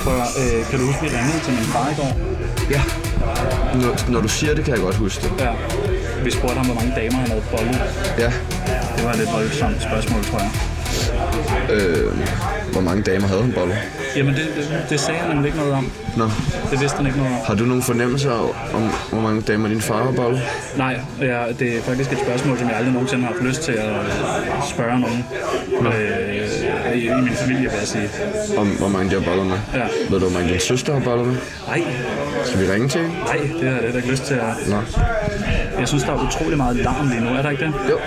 Kan du huske, vi ringede til min far i går? Ja. Når du siger det, kan jeg godt huske det. Ja. Vi spurgte ham, hvor mange damer han havde bollet. Ja. Det var et lidt voldsomt spørgsmål, tror jeg. Hvor mange damer havde han bollet? Jamen, det sagde han nemlig ikke noget om. Nå. Det vidste han ikke noget om. Har du nogen fornemmelse om, hvor mange damer din far har bollet? Nej, det er faktisk et spørgsmål, som jeg aldrig nogensinde har haft lyst til at spørge nogen. I min familie, vil jeg sige. Om hvor mange de har bollet med? Ja. Ved du, hvor mange din søster har bollet med? Nej. Skal vi ringe til hende? Nej, det har jeg ikke lyst til at... Nå. Jeg synes, der er utrolig meget larm lige nu. Er der ikke det? Jo.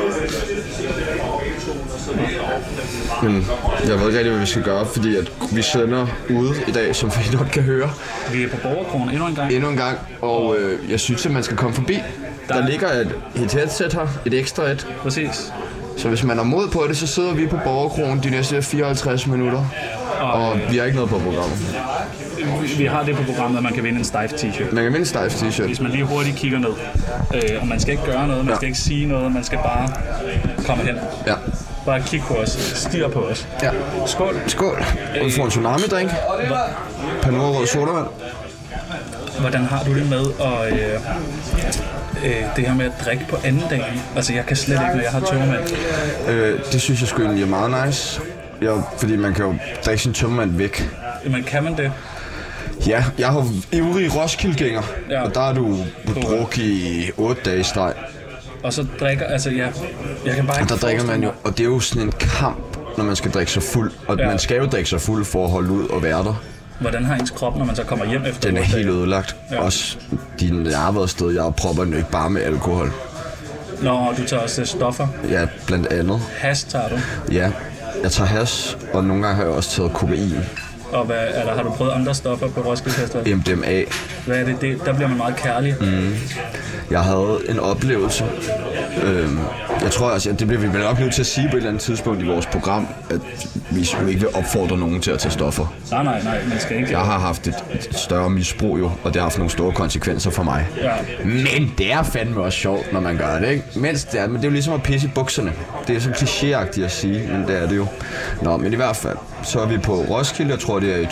Men jeg ved ikke rigtig, hvad vi skal gøre, fordi at vi sender ude i dag, som vi nok kan høre. Vi er på Borgerkronen endnu en gang. Og jeg synes, at man skal komme forbi. Der ligger et headset her, et ekstra et. Præcis. Så hvis man er mod på det, så sidder vi på Borgerkronen de næste 54 minutter. Og vi har ikke noget på programmet. Vi har det på programmet, at man kan vinde en Steiff t-shirt. Man kan vinde en Steiff t-shirt. Hvis man lige hurtigt kigger ned. Og man skal ikke gøre noget, man skal ikke sige noget, man skal bare komme hen. Ja. Bare kig på os, stirre på os. Ja. Skål. Skål. Og vi får en tsunami-drink. Panorød sodavand. Hvordan har du det med det her med at drikke på anden dagen? Altså, jeg kan slet ikke, når jeg har tømmermand. Det synes jeg sgu egentlig er meget nice. Fordi man kan jo drikke sin tømmermand væk. Men kan man det? Ja, jeg har ivrig Roskilde-gænger. Ja. Og der er du drukket i 8 dage i streg. Og så drikker, altså jeg kan bare ikke. Og der drikker man jo, og det er jo sådan en kamp, når man skal drikke sig fuld. Og man skal jo drikke sig fuld for at holde ud og være der. Hvordan har ens krop, når man så kommer hjem efter? Den er helt ødelagt. Ja. Også jeg har været sted, jeg propper den jo ikke bare med alkohol. Nå, du tager også stoffer? Ja, blandt andet. Hash tager du? Ja, jeg tager hash, og nogle gange har jeg også taget kokain. Og har du prøvet andre stoffer på Roskilde Festival? MDMA. Hvad er det? Der bliver man meget kærlig. Jeg havde en oplevelse. Jeg tror også, at det bliver vi nok nødt til at sige på et eller andet tidspunkt i vores program, at vi jo ikke vil opfordre nogen til at tage stoffer. Nej, man skal ikke. Jeg har haft et større misbrug jo, og det har haft nogle store konsekvenser for mig. Ja. Men det er fandme også sjovt, når man gør det, ikke? Men det er jo ligesom at pisse i bukserne. Det er så klichéagtigt at sige, men det er det jo. Nå, men i hvert fald, så er vi på Roskilde, jeg tror det er i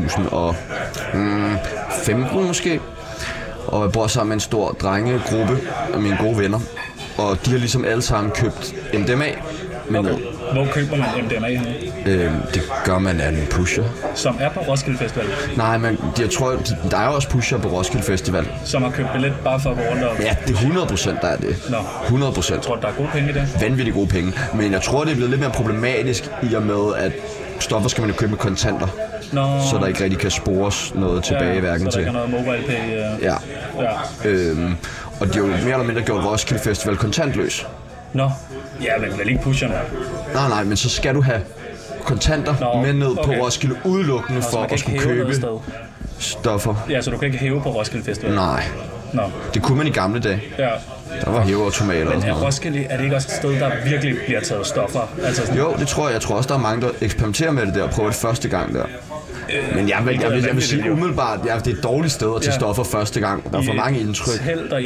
2015 måske. Og jeg bor sammen med en stor drengegruppe af mine gode venner. Og de har ligesom alle sammen købt MDMA. Okay. Hvor køber man MDMA henne? Det gør man af en pusher. Som er på Roskilde Festival? Nej, men jeg tror, der er jo også pusher på Roskilde Festival. Som har købt billet bare for at gå rundt og... Ja, det er 100% der er det. Nå. 100%. Jeg tror, der er gode penge i det? Vanvittigt gode penge. Men jeg tror, det er blevet lidt mere problematisk i og med, at stoffer skal man jo købe med kontanter. Nå. Så der ikke rigtig kan spores noget tilbage i værken til. Så der ikke er noget mobile pay? Ja. Og de har jo mere eller mindre gjort Roskilde Festival kontantløs. Nå. Ja, men vel ikke pusherne. Nej, men så skal du have kontanter med ned på Roskilde udelukkende for at skulle købe stoffer. Ja, så du kan ikke hæve på Roskilde Festival? Nej. Nå. Det kunne man i gamle dage. Ja. Der var hæveautomater og sådan noget. Men Roskilde, er det ikke også et sted, der virkelig bliver taget stoffer? Altså sådan... Jo, det tror jeg. Jeg tror også, der er mange, der eksperimenterer med det der og prøver det første gang der. Men jeg vil sige umiddelbart, det er et dårligt sted at tage stoffer første gang. Der er for mange indtryk.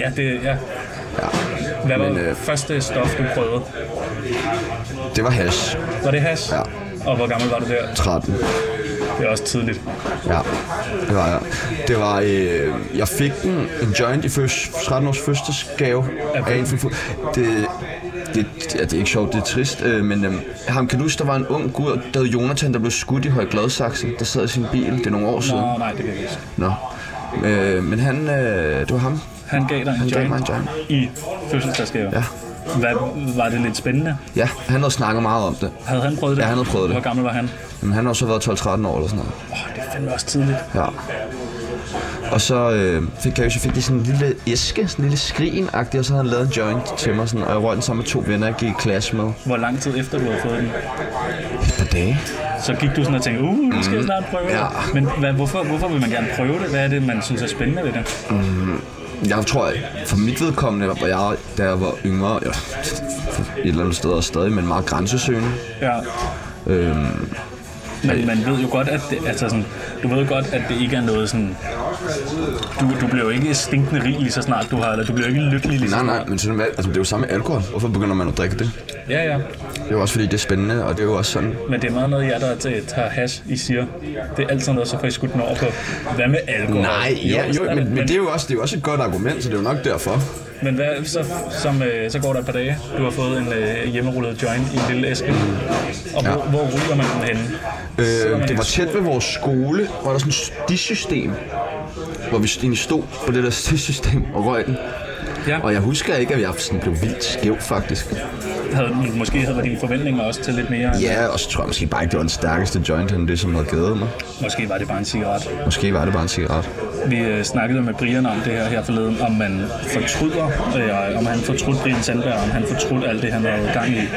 Hvad var det første stof, du prøvede? Det var hash. Var det hash? Ja. Og hvor gammel var du der? 13. Det er også tidligt. Ja, det var jeg. Det var, jeg fik en joint i 13 års fødselsdagsgave af en fuld. Det er ikke sjovt, det er trist, men ham kan du huske, der var en ung gut, der hed Jonathan, der blev skudt i Høje Gladsaxe, der sad i sin bil, det er nogle år siden. Nej, det kan jeg ikke. Nå. Men han, det var ham. Han gav dig en joint i fødselsdagsgave? Ja. Var det lidt spændende? Ja, han havde snakket meget om det. Havde han prøvet det? Ja, han havde prøvet det. Hvor gammel var han? Jamen, han har også været 12-13 år eller sådan noget. Det er fandme også tidligt. Ja. Og så fik de sådan en lille æske, sådan en lille skrin-agtig, og så havde han lavet en joint til mig, sådan, og jeg røg den sammen med 2 venner, jeg gik i klasse med. Hvor lang tid efter du havde fået den? Et par dage. Så gik du sådan og tænkte, nu skal jeg snart prøve det. Ja. Men hvorfor vil man gerne prøve det? Hvad er det, man synes er spændende ved det? Jeg tror, at for mit vedkommende, da jeg var yngre, et eller andet sted og stadig, men meget grænsesøgende. Ja. Men man ved jo godt, at det, altså sådan, du ved jo godt, at det ikke er noget sådan... Du bliver jo ikke stinkende rig lige så snart du har, eller du bliver jo ikke lykkelig lige så snart. Nej, men sådan, altså, det er jo samme med alkohol. Hvorfor begynder man at drikke det? Ja. Det er jo også fordi, det er spændende, og det er jo også sådan... Men det er meget noget, jeg der tager hash, I siger. Det er altid noget, så får I skudt den over på. Hvad med alkohol? Nej, men det er jo også et godt argument, så det er jo nok derfor. Men hvad, så går der et par dage. Du har fået en hjemmerullet joint i en lille æske. Og hvor ryger man den henne? Det var tæt ved vores skole, hvor der sådan et stisystem, hvor vi egentlig stod på det der stisystem og røg den. Ja. Og jeg husker ikke, at jeg sådan blev vildt skæv, faktisk. Måske havde dine forventninger også til lidt mere? Ja, og så tror jeg måske bare ikke, det var den stærkeste joint, end det, som havde givet mig. Måske var det bare en cigaret. Vi snakkede med Brian om det her forleden, om man fortryder, om han fortrudt Brian Sandberg, om han fortrudt alt det, han havde gang i.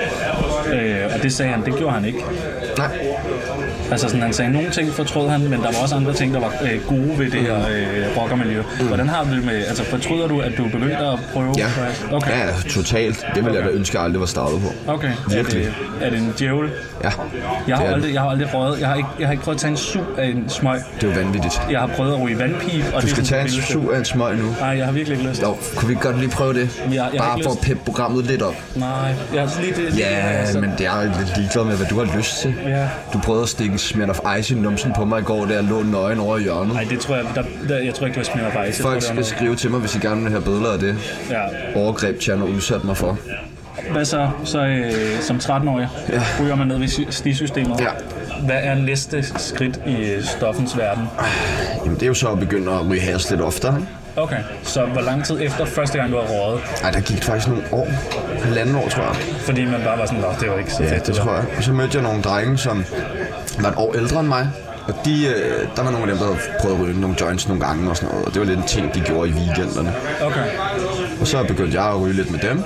Og det sagde han, det gjorde han ikke. Nej. Altså sådan, han sagde, nogle ting fortrød han, men der var også andre ting, der var gode ved det her rockermiljø. Hvordan har du det med, altså fortryder du, at du begyndte at prøve? Ja, okay. Ja, totalt. Det ville jeg da ønske, jeg aldrig var startet på. Okay, virkelig. Er det en djævel? Ja. Jeg har aldrig røget, jeg har ikke prøvet at tage en sug af en smøg. Det er jo vanvittigt. Jeg har prøvet at ryge vandpip. Og du skal tage en sug af en smøg nu. Nej, jeg har virkelig ikke lyst. Jo, kunne vi godt lige prøve det? Bare for at peppe programmet lidt op. Nej, jeg har lige det. Ja, men det er lidt ligeglad med, hvad du har lyst til. Ja. Du prøvede at stikke en Smirnoff of Ice i numsen på mig i går, da jeg lå nøgen over i hjørnet. Nej, det tror jeg, jeg tror ikke, det var Smirnoff of Ice. Folk skal skrive til mig, hvis I gerne vil have billeder af det. Ja. Overgreb, Tjerno udsat mig for. Hvad så som 13-årig? Ja. Ryger man ned ved stisystemet? Ja. Hvad er næste skridt i stoffens verden? Jamen, det er jo så at begynde at ryge hash lidt oftere. Okay, så hvor lang tid efter første gang, du har røget? Ej, der gik faktisk nogle år. 1,5 år, tror jeg. Fordi man bare var sådan, det var ikke så fedt. Ja, det tror jeg. Og så mødte jeg nogle drenge, som var et år ældre end mig. Og der var nogle af dem, der havde prøvet at ryge nogle joints nogle gange og sådan noget. Og det var lidt en ting, de gjorde i weekenderne. Okay. Og så begyndte jeg at ryge lidt med dem.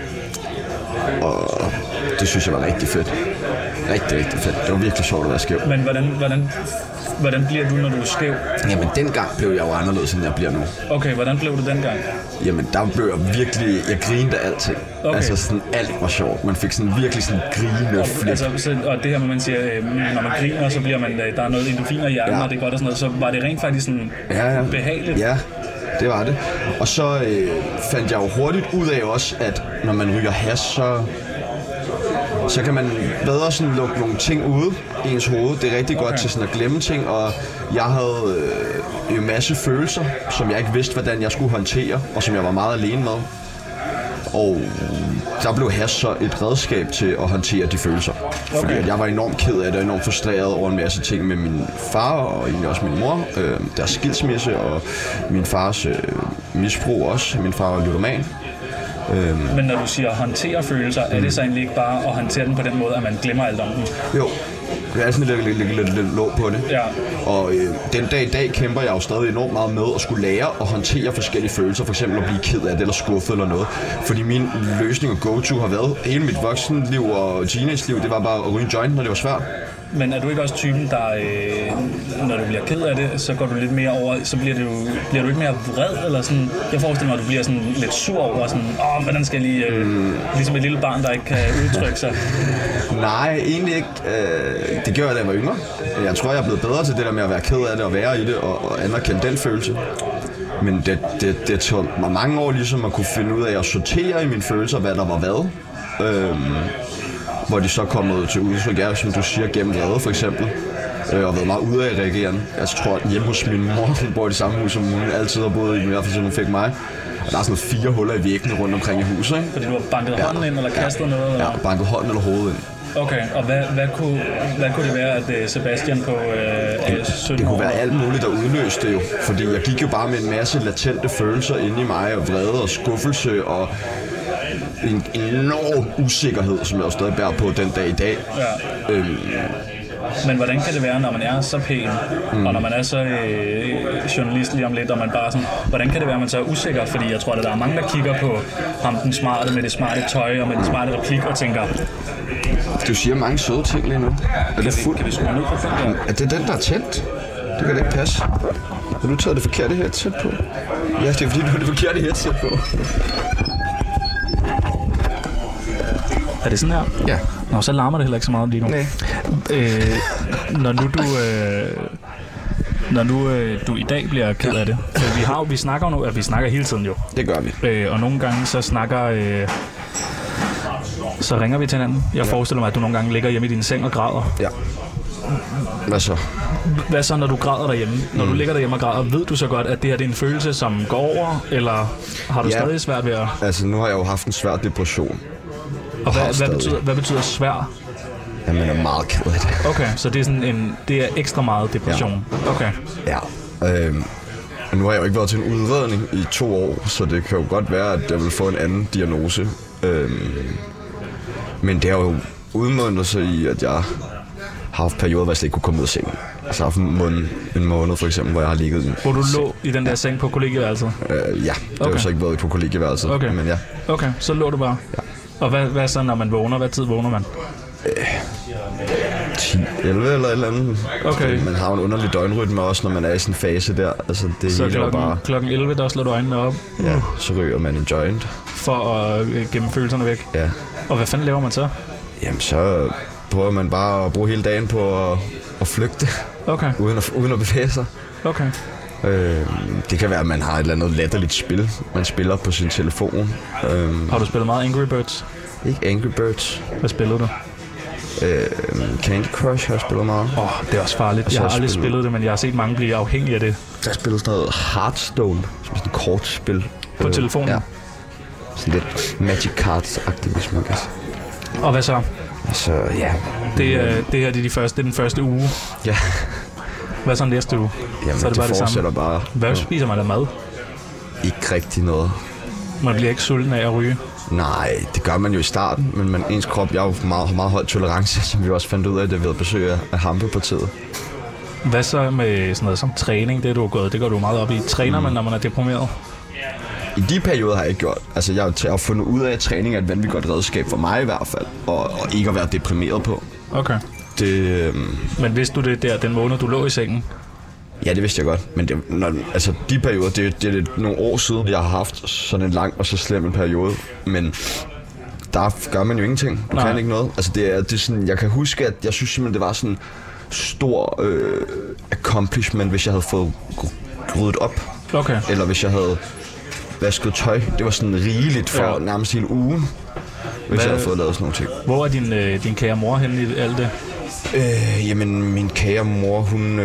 Og det synes jeg var rigtig fedt. Rigtig, rigtig fedt. Det var virkelig sjovt at være skæv. Men hvordan bliver du, når du er skæv? Jamen, dengang blev jeg jo anderledes, end jeg bliver nu. Okay, hvordan blev du dengang? Jamen, der blev jeg virkelig... Jeg grinede af alting. Okay. Altså, sådan alt var sjovt. Man fik sådan virkelig sådan grinende flip. Altså, og det her, man siger, når man griner, så bliver man... Der er noget endorfiner i hjernen, og det er godt og sådan noget. Så var det rent faktisk sådan behageligt? Ja, det var det. Og så fandt jeg jo hurtigt ud af også, at når man ryger hash, så kan man bedre sådan lukke nogle ting ude i ens hoved. Det er rigtig godt til sådan at glemme ting, og jeg havde en masse følelser, som jeg ikke vidste, hvordan jeg skulle håndtere, og som jeg var meget alene med. Og der blev hash så et redskab til at håndtere de følelser. Fordi jeg var enormt ked af det, og enormt frustreret over en masse ting med min far, og egentlig også min mor. Deres skilsmisse, og min fars misbrug også. Min far var ludoman. Men når du siger håndtere følelser, er det så egentlig ikke bare at håndtere den på den måde, at man glemmer alt om den? Jo, det er sådan lidt låg på det. Ja. Og den dag i dag kæmper jeg jo stadig enormt meget med at skulle lære at håndtere forskellige følelser. For eksempel at blive ked af det, eller skuffet eller noget. Fordi min løsning og go-to har været hele mit voksenliv og teenage-liv, det var bare at ryge en joint, når det var svært. Men er du ikke også typen, der, når du bliver ked af det, så går du lidt mere over, så bliver du ikke mere vred, eller sådan? Jeg forestiller mig, at du bliver sådan lidt sur over, sådan, hvordan skal jeg lige, ligesom et lille barn, der ikke kan udtrykke sig? Nej, egentlig ikke. Det gjorde jeg, da jeg var yngre. Jeg tror, jeg er blevet bedre til det der med at være ked af det, og være i det, og anerkende den følelse. Men det tog mig mange år ligesom at kunne finde ud af at sortere i mine følelser, hvad der var hvad. Hvor de så kommet til udtryk, som du siger, gennem vrede for eksempel, og været meget ude af reagerende. Jeg tror, at hjemme hos min mor, hun bor i det samme hus, som hun altid har boet i, i hvert fald som hun fik mig. Og der er sådan 4 huller i væggene rundt omkring i huset, ikke? Fordi du har banket hånden ind, eller kastet noget? Eller? Ja, banket hånden eller hovedet ind. Okay, og hvad kunne det være, at Sebastian på 17 år? Det kunne være alt muligt, der udløste det jo. Fordi jeg gik jo bare med en masse latente følelser inde i mig, og vrede og skuffelse, og en enorm usikkerhed, som jeg også stadig bærer på den dag i dag. Ja. Men hvordan kan det være, når man er så pæn, og når man er så journalist lige om lidt, og man bare sådan, hvordan kan det være, at man så er usikker? Fordi jeg tror, at der er mange, der kigger på ham, den smarte, med det smarte tøj, og med den smarte replik, og tænker... Du siger mange søde ting lige nu. Kan vi skrue ned på den der? Er det den, der er tændt? Det kan da ikke passe. Har du taget det forkerte headset på? Ja, det er fordi, du har det forkerte headset på. Er det sådan her? Ja. Nå, så larmer det heller ikke så meget lige nu. Nej. Når nu du i dag bliver ked af det. For vi snakker jo nu, at vi snakker hele tiden jo. Det gør vi. Og nogle gange så så ringer vi til hinanden. Jeg forestiller mig, at du nogle gange ligger hjemme i din seng og græder. Ja. Hvad så? Hvad så, når du græder derhjemme? Når du ligger derhjemme og græder, ved du så godt, at det her det er en følelse, som går over? Eller har du stadig svært ved at... Altså, nu har jeg jo haft en svær depression. Og hvad betyder svær? Jamen, jeg er meget ked af det. Okay, så det er sådan det er ekstra meget depression. Ja. Okay. Ja. Nu har jeg jo ikke været til en udredning i 2 år, så det kan jo godt være, at jeg vil få en anden diagnose. Men det har jo udmøntet sig i, at jeg har haft perioder, hvor jeg slet ikke kunne komme ud af sengen. Altså en måned for eksempel, hvor jeg har ligget i... Hvor du lå i den der seng på kollegieværelset? Ja, det har jo så ikke været på kollegieværelset, okay. Men ja. Okay, så lå du bare? Ja. Og hvad så, når man vågner? Hvad tid vågner man? 10, 11 eller et eller andet. Okay. Man har en underlig døgnrytme også, når man er i sådan en fase der. Altså, det så klokken 11, der slår du øjnene op? Ja, så ryger man en joint. For at gemme følelserne væk? Ja. Og hvad fanden laver man så? Jamen, så prøver man bare at bruge hele dagen på at flygte. Okay. Uden at bevæge sig. Okay. Det kan være, at man har et eller andet latterligt spil, man spiller på sin telefon. Har du spillet meget Angry Birds? Ikke Angry Birds. Hvad spillede du? Candy Crush har jeg spillet meget. Det er også farligt. Jeg har aldrig spillet det, men jeg har set mange blive afhængige af det. Jeg spillede sådan noget Hearthstone, som er sådan et kortspil. På telefonen? Ja. Sådan lidt Magic Cards-agtigt, hvis man kan. Og hvad så? Så ja. Det her det er den første uge. Ja. Hvad så næste uge? Jamen, så er det bare det samme. Bare. Hvad spiser man af mad? Ikke rigtig noget. Man bliver ikke sulten af at ryge? Nej, det gør man jo i starten, men ens krop, jeg har jo meget høj tolerance, som vi også fandt ud af, det ved at besøge af Hampepartiet. Hvad så med sådan noget som træning, det går du meget op i? Træner man, når man er deprimeret? I de perioder har jeg ikke gjort. Altså, jeg har fundet ud af, at træning er et vanvittigt godt redskab for mig i hvert fald, og ikke at være deprimeret på. Okay. Men vidste du det den måned, du lå i sengen? Ja, det vidste jeg godt. Men de perioder, det er nogle år siden, jeg har haft sådan en lang og så slem en periode. Men der gør man jo ingenting. Du kan ikke noget. Altså, det er sådan, jeg kan huske, at jeg synes simpelthen, det var sådan stor accomplishment, hvis jeg havde fået ryddet op. Okay. Eller hvis jeg havde vasket tøj. Det var sådan rigeligt for nærmest hele ugen, hvis jeg havde fået lavet sådan nogle ting. Hvor er din kære mor henne i alt det? Jamen, min kære mor,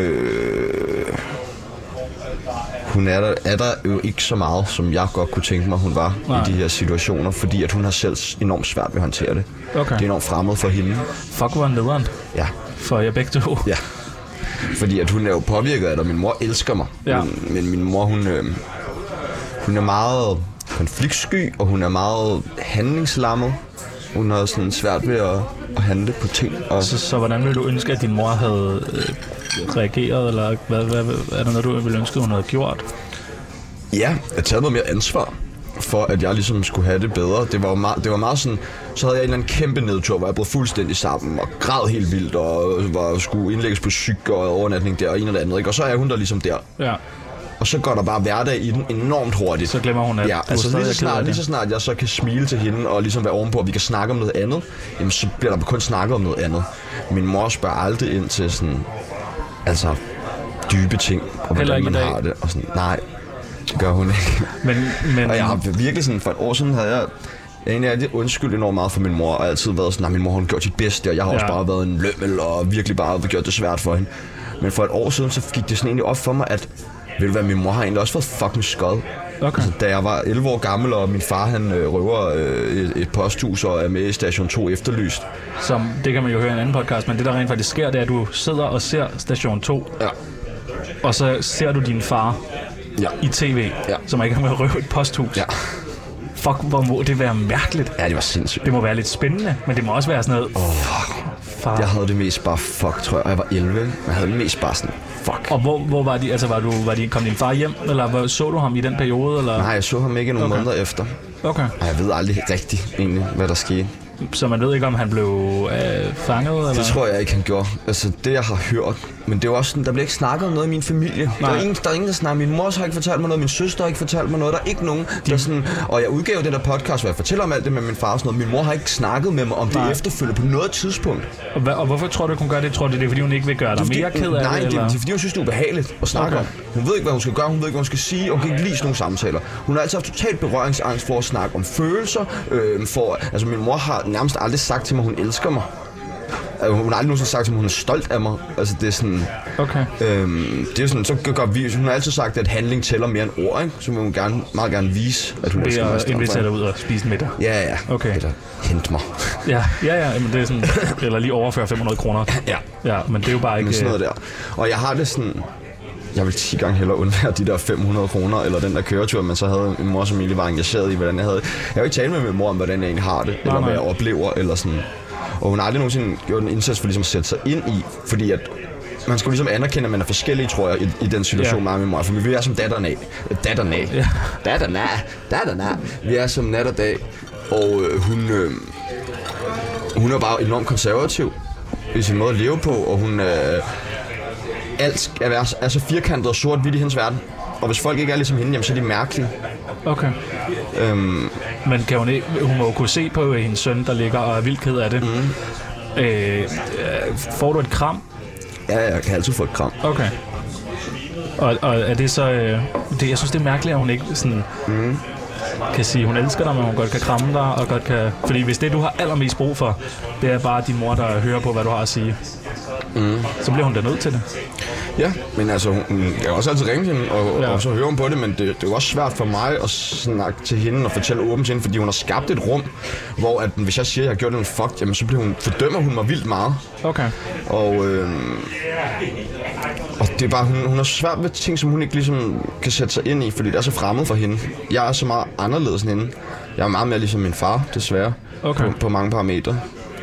hun er der jo ikke så meget, som jeg godt kunne tænke mig, hun var i de her situationer, fordi at hun har selv enormt svært ved at håndtere det. Okay. Det er enormt fremmed for hende. Fuck, hvor nederen. Ja. For jeg begge to. Ja. Fordi at hun er jo påvirket af det, og min mor elsker mig. Ja. Men min mor, hun er meget konfliktsky, og hun er meget handlingslammet. Hun har sådan svært ved at handle på ting. Og så hvordan ville du ønske, at din mor havde reageret, eller hvad er der noget, du ville ønske, hun havde gjort? Ja, at tage noget mere ansvar for, at jeg ligesom skulle have det bedre. Det var meget sådan, så havde jeg en eller anden kæmpe nedtur, hvor jeg brød fuldstændig sammen og græd helt vildt, og skulle indlægges på psyk og overnatning der og en eller andet, ikke? Og så er hun der ligesom der. Ja. Og så går der bare hverdag i den enormt hurtigt. Så glemmer hun, at lige så snart jeg så kan smile til hende og ligesom være ovenpå, at vi kan snakke om noget andet, jamen så bliver der kun snakket om noget andet. Min mor spørger aldrig ind til sådan, altså dybe ting, og hvordan man har det. Og sådan, nej, det gør hun ikke. Men og jeg har virkelig sådan, for et år siden havde jeg egentlig altid undskyldt enormt meget for min mor, og altid været sådan, at min mor har gjort sit bedste, og jeg har også bare været en lømmel, og virkelig bare gjort det svært for hende. Men for et år siden, så gik det sådan egentlig op for mig, at ved du hvad, min mor har egentlig også været fucking skød. Okay. Altså, da jeg var 11 år gammel, og min far han røver et posthus og er med i Station 2 Efterlyst. Som, det kan man jo høre i en anden podcast, men det der rent faktisk sker, det er, at du sidder og ser Station 2. Ja. Og så ser du din far i tv, som er i gang med at røve et posthus. Ja. Fuck, hvor må det være mærkeligt. Ja, det var sindssygt. Det må være lidt spændende, men det må også være sådan noget, far. Jeg havde det mest bare fuck, tror jeg. Jeg var 11, men jeg havde det mest bare sådan, fuck. Og hvor var de? Altså, kom din far hjem, eller så du ham i den periode? Eller? Nej, jeg så ham ikke nogle måneder efter. Okay. Og jeg ved aldrig rigtigt egentlig, hvad der skete. Så man ved ikke, om han blev fanget? Eller? Det tror jeg ikke, han gjorde. Altså, det jeg har hørt, Men det er jo også sådan, der bliver ikke snakket om noget i min familie. Der er ingen, der snakker. Min mor har ikke fortalt mig noget, min søster har ikke fortalt mig noget. Der er ikke nogen, der sådan... Og jeg udgav den der podcast, hvor jeg fortæller om alt det med min far og sådan noget. Min mor har ikke snakket med mig om det efterfølgende på noget tidspunkt. Og hvorfor tror du, hun gør det? Tror du, det er, fordi hun ikke vil gøre dig mere ked af det? Nej, det er fordi, hun synes, det er ubehageligt at snakke om. Hun ved ikke, hvad hun skal gøre, hun ved ikke, hvad hun skal sige, og hun kan ikke lide sådan nogle samtaler. Hun har altid haft totalt berøringsangst for at snakke om følelser. Altså, min mor har nærmest aldrig sagt til mig, at hun elsker mig. Hun har aldrig nogensinde sagt, at hun er stolt af mig. Altså, det er sådan... Okay. Det er sådan, så gør vi... Hun har altid sagt, at handling tæller mere end ord, ikke? Så vil hun meget gerne vise, at hun elsker mig. Ved at invitere dig ud og spise en middag? Ja. Okay. Eller hente mig. Ja, men det er sådan... Eller lige overføre 500 kroner. Ja, men det er jo bare ikke... Men sådan noget der. Og jeg har det sådan... Jeg vil 10 gange hellere undvære de der 500 kroner, eller den der køretur, man så havde. Min mor som egentlig var engageret i, hvordan jeg havde... Jeg har jo ikke talt med min mor om, hvordan jeg egentlig har det, eller hvad jeg oplever, eller sådan... Og hun har aldrig nogensinde gjort en indsats for ligesom at sætte sig ind i, fordi at man skal ligesom anerkende, at man er forskellige, tror jeg, i den situation med min mor. For vi er som datterne. Vi er som nat og dag, og hun er bare enormt konservativ i sin måde at leve på, og hun alt er så firkantet og sort-hvidt i hendes verden. Og hvis folk ikke er ligesom hende, jamen, så er de mærkelige. Okay. Men kan hun ikke... Hun må jo kunne se på hendes søn, der ligger og er vildt ked af det. Får du et kram? Ja, jeg kan altid få et kram. Okay. Og er det så... jeg synes, det er mærkeligt, at hun ikke sådan... kan sige, hun elsker dig, men hun godt kan kramme dig, og godt kan... Fordi hvis det, du har allermest brug for, det er bare din mor, der hører på, hvad du har at sige, så bliver hun da nødt til det. Ja, men altså, jeg kan også altid ringe hende, og så høre hun på det, men det er jo også svært for mig at snakke til hende og fortælle åbent til hende, fordi hun har skabt et rum, hvor at, hvis jeg siger, at jeg har gjort noget fucked, jamen så fordømmer hun mig vildt meget. Okay. Og det er bare, hun har svært ved ting, som hun ikke ligesom kan sætte sig ind i, fordi det er så fremmed for hende. Jeg er så meget anderledes end hende. Jeg er meget mere ligesom min far, desværre, på mange parametre.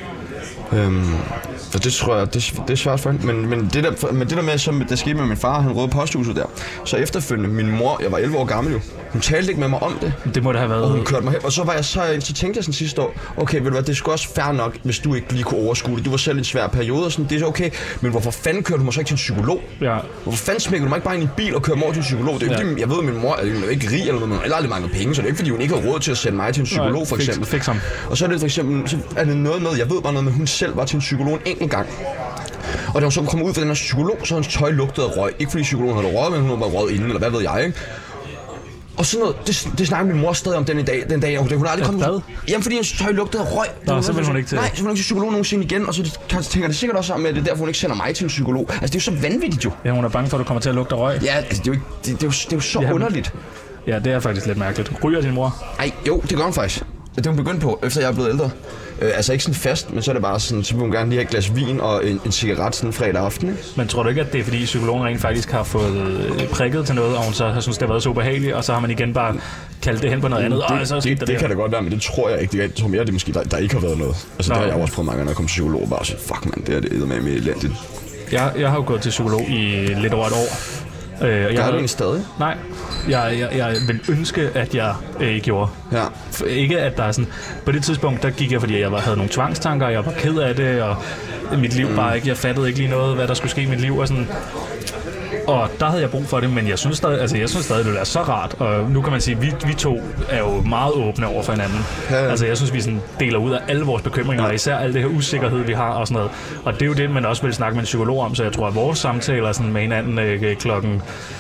Og det tror jeg, det er svært for hende. Men det der med, som det skete med min far, han røde posthuset der, så efterfølgende, min mor, jeg var 11 år gammel jo, hun talte ikke med mig om det. Det må det have været. Og hun kørte mig hen, og så tænkte jeg sådan sidste år, okay, ved du hvad, det er sgu også fair nok, hvis du ikke lige kunne overskue det. Du var selv i en svær periode og sådan, det er så okay. Men hvorfor fanden kørte du mig så ikke til en psykolog? Ja. Hvorfor fanden smækker du mig ikke bare ind i en bil og kører mig over til en psykolog? Det er ikke, jeg ved, at min mor er ikke rig eller noget, men har aldrig mange penge, så det er ikke fordi, hun ikke har råd til at sende mig til en psykolog, for eksempel. Og så er det for eksempel, så er det noget med, jeg ved bare noget med, hun selv var til en psykolog en enkelt gang. Og da hun så kom ud fra den her psykolog, så hans tøj lugtede af røg. Ikke fordi psykologen havde røget, men hun havde bare røget inden, eller hvad ved jeg, ikke? Og sådan noget, det snakker min mor stadig om den dag, og hun har aldrig kommet ud. Jamen fordi hans tøj lugtede af røg. Nå, så vil hun ikke til. Nej, så vil hun ikke til psykolog nogensinde igen, og så tænker det sikkert også sammen med, at det er derfor, hun ikke sender mig til en psykolog. Altså, det er jo så vanvittigt jo. Ja, hun er bange for, at du kommer til at lugte af røg. Ja, altså, det er jo så underligt. Ja, det er faktisk lidt mærkeligt. Ryger din mor? Ej, jo, det gør hun faktisk. Det hun begyndt på, efter jeg er blevet ældre. Altså ikke sådan fast, men så er det bare sådan, så vil hun gerne lige have et glas vin og en cigaret sådan fredag aften. Ikke? Men tror du ikke, at det er fordi psykologen rent faktisk har fået prikket til noget, og hun så har synes det har været så ubehageligt, og så har man igen bare kaldt det hen på noget andet? Det kan da godt være, men det tror jeg ikke. Jeg tror mere, det måske der ikke har været noget. Altså det har jeg også prøvet mange gange, når jeg kom til psykolog og bare sige, fuck man, det er det med elendigt. Jeg har jo gået til psykolog i lidt over et år. Gør du det stadig? Nej, jeg vil ønske, at jeg gjorde. Ja. Ikke at der er sådan... På det tidspunkt, der gik jeg, fordi jeg havde nogle tvangstanker, jeg var ked af det, og mit liv bare ikke... Jeg fattede ikke lige noget, hvad der skulle ske i mit liv, og sådan... Og der havde jeg brug for det, men jeg synes stadig, det er så rart. Og nu kan man sige, at vi to er jo meget åbne over for hinanden. Ja. Altså jeg synes, vi sådan deler ud af alle vores bekymringer, og især al det her usikkerhed, vi har og sådan noget. Og det er jo det, man også vil snakke med en psykolog om, så jeg tror, at vores samtaler sådan med hinanden klokken